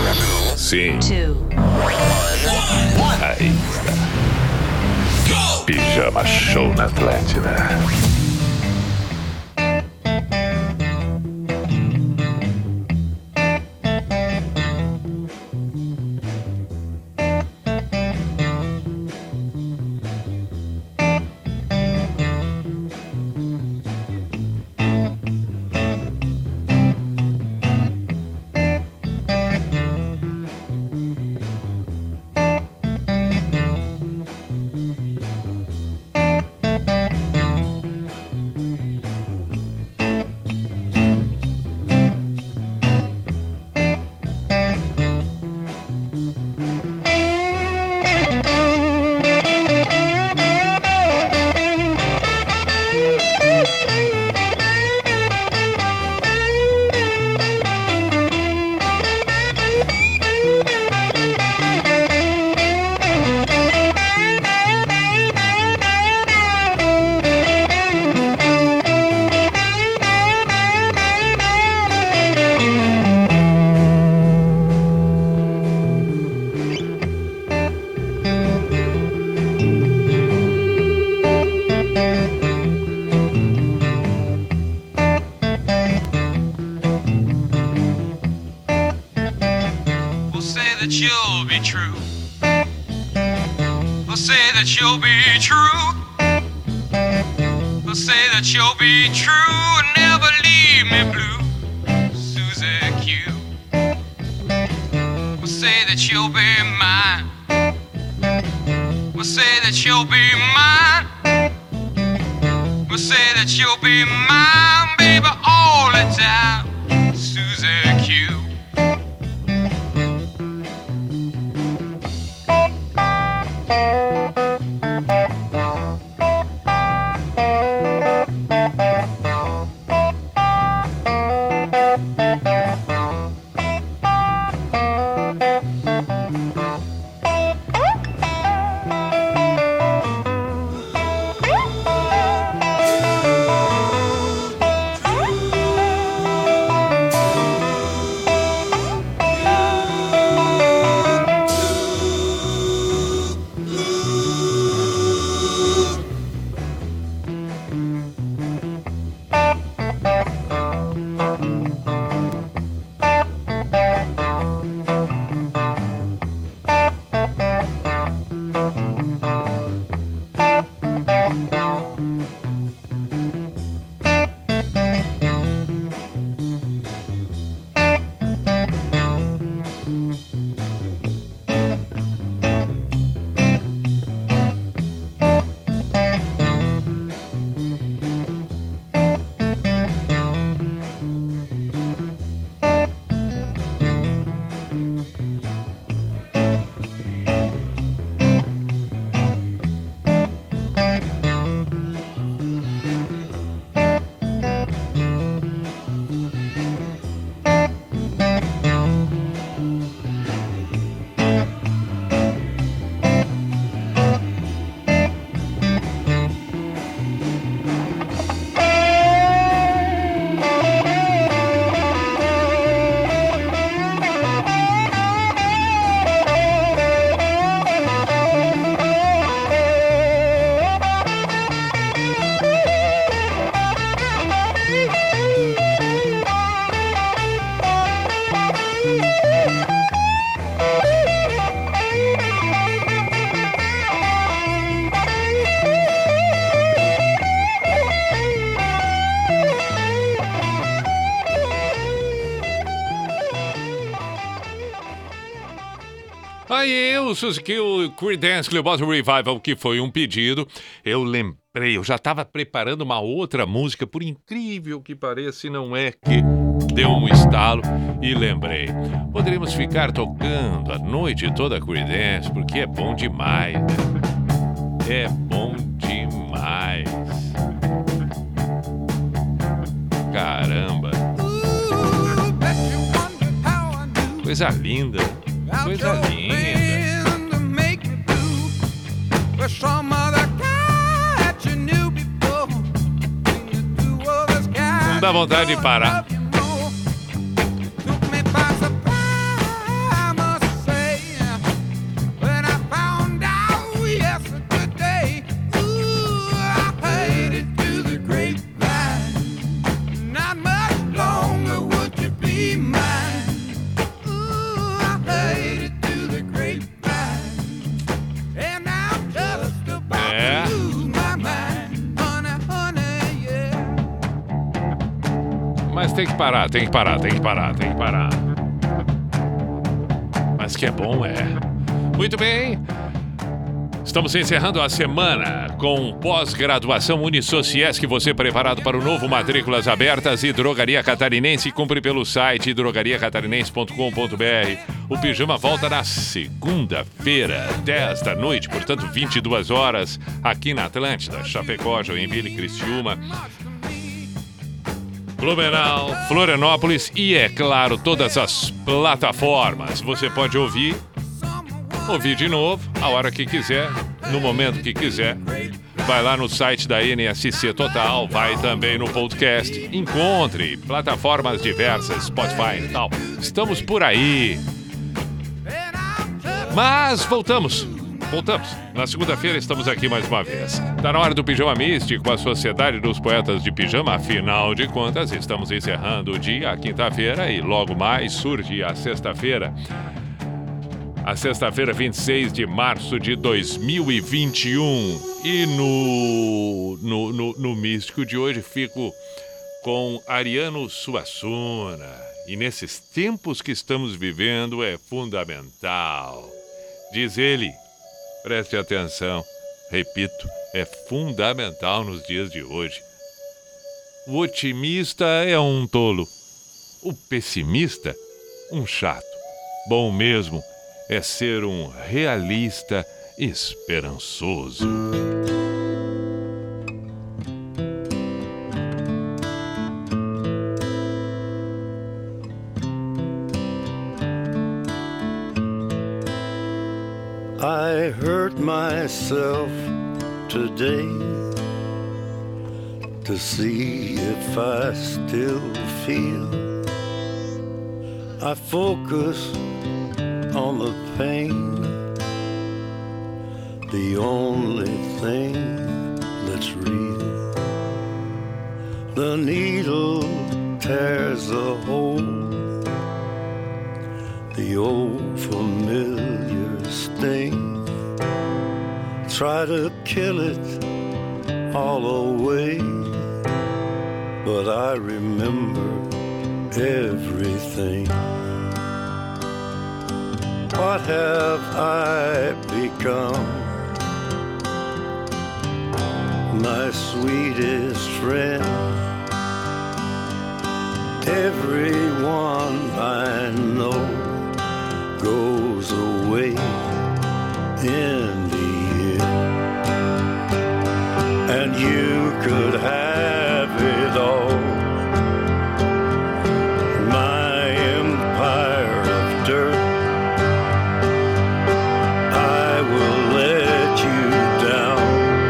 Sim. Aí está. Pijama Show na Atlântida. that you'll be true. We'll say that you'll be true. We'll say that you'll be true and never leave me blue, Susie Q. We'll say that you'll be mine. We'll say that you'll be mine. We'll say that you'll be mine, baby, all the time, Susie Q. Aí, o Suzuki, o Creedence Clearwater Revival, que foi um pedido, eu lembrei, eu já estava preparando uma outra música, por incrível que pareça, e não é que deu um estalo e lembrei. Poderíamos ficar tocando a noite toda Creedence, porque é bom demais, né? É bom demais. Caramba. Coisa linda. Coisa linda. Não dá vontade de parar. Mas tem que parar, tem que parar, tem que parar, tem que parar. Mas que é bom, é. Muito bem. Estamos encerrando a semana com pós-graduação Unisociesc. Você preparado para o novo Matrículas Abertas e Drogaria Catarinense. Compre pelo site drogaria catarinense ponto com ponto br. O Pijama volta na segunda-feira, dez da noite, portanto vinte e duas horas, aqui na Atlântida, Chapecó, Joinville, Criciúma, Blumenau, Florianópolis e, é claro, todas as plataformas. Você pode ouvir, ouvir de novo, a hora que quiser, no momento que quiser. Vai lá no site da N S C Total, vai também no podcast. Encontre plataformas diversas, Spotify e tal. Estamos por aí. Mas voltamos. Voltamos. Na segunda-feira estamos aqui mais uma vez. Está na hora do Pijama Místico, a Sociedade dos Poetas de Pijama. Afinal de contas, estamos encerrando o dia, a quinta-feira, e logo mais surge a sexta-feira. A sexta-feira, vinte e seis de março de dois mil e vinte e um. E no, no, no, no Místico de hoje fico com Ariano Suassuna. E nesses tempos que estamos vivendo é fundamental. Diz ele, preste atenção, repito, é fundamental nos dias de hoje. O otimista é um tolo, o pessimista, um chato. Bom mesmo é ser um realista esperançoso. I hurt myself today to see if I still feel. I focus on the pain, the only thing that's real. The needle tears a hole, the old familiar sting. Try to kill it all away, but I remember everything. What have I become? My sweetest friend. Everyone I know goes away in the end, and you could have it all. My empire of dirt, I will let you down.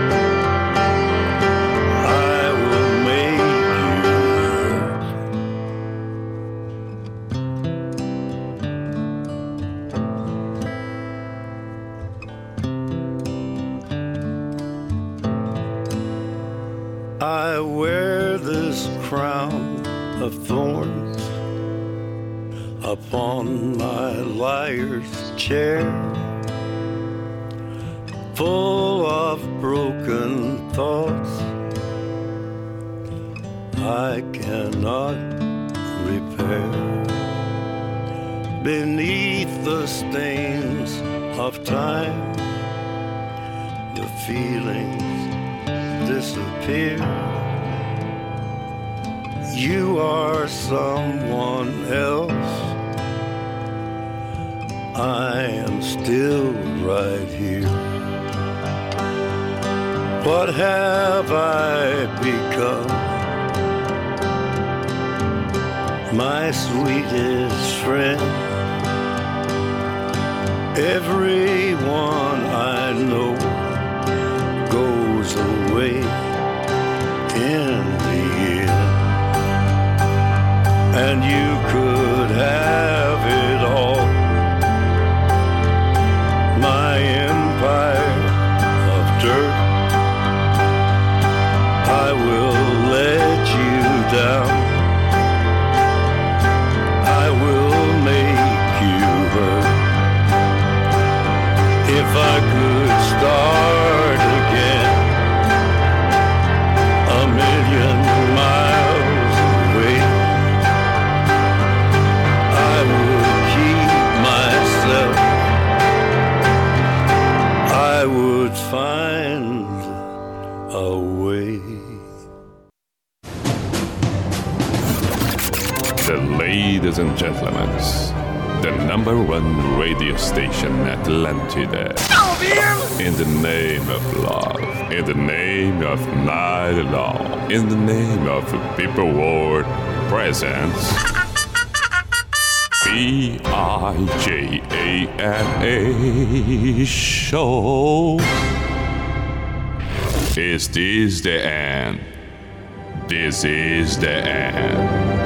I will make you hurt. I wear this crown of thorns upon my liar's chair, full of broken thoughts I cannot repair. Beneath the stains of time, the feelings disappear. You are someone else, I am still right here. What have I become? My sweetest friend. Everyone I know goes away in the end, and you could have it all. My empire of dirt, I will let you down. I will make you hurt. If I could start again a million miles away, I would keep myself. I would find a way. The ladies and gentlemen, the number one radio station, Atlantida. In the name of love, in the name of night long, in the name of people world presence. B I J A N A show. Is this the end? This is the end.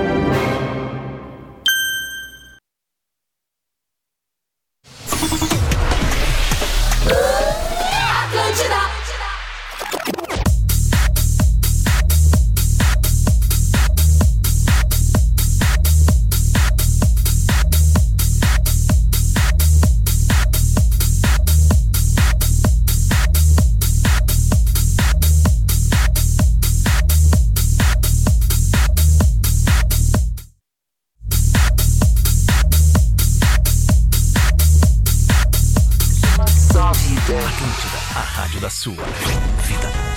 Atlântida, a rádio da sua vida.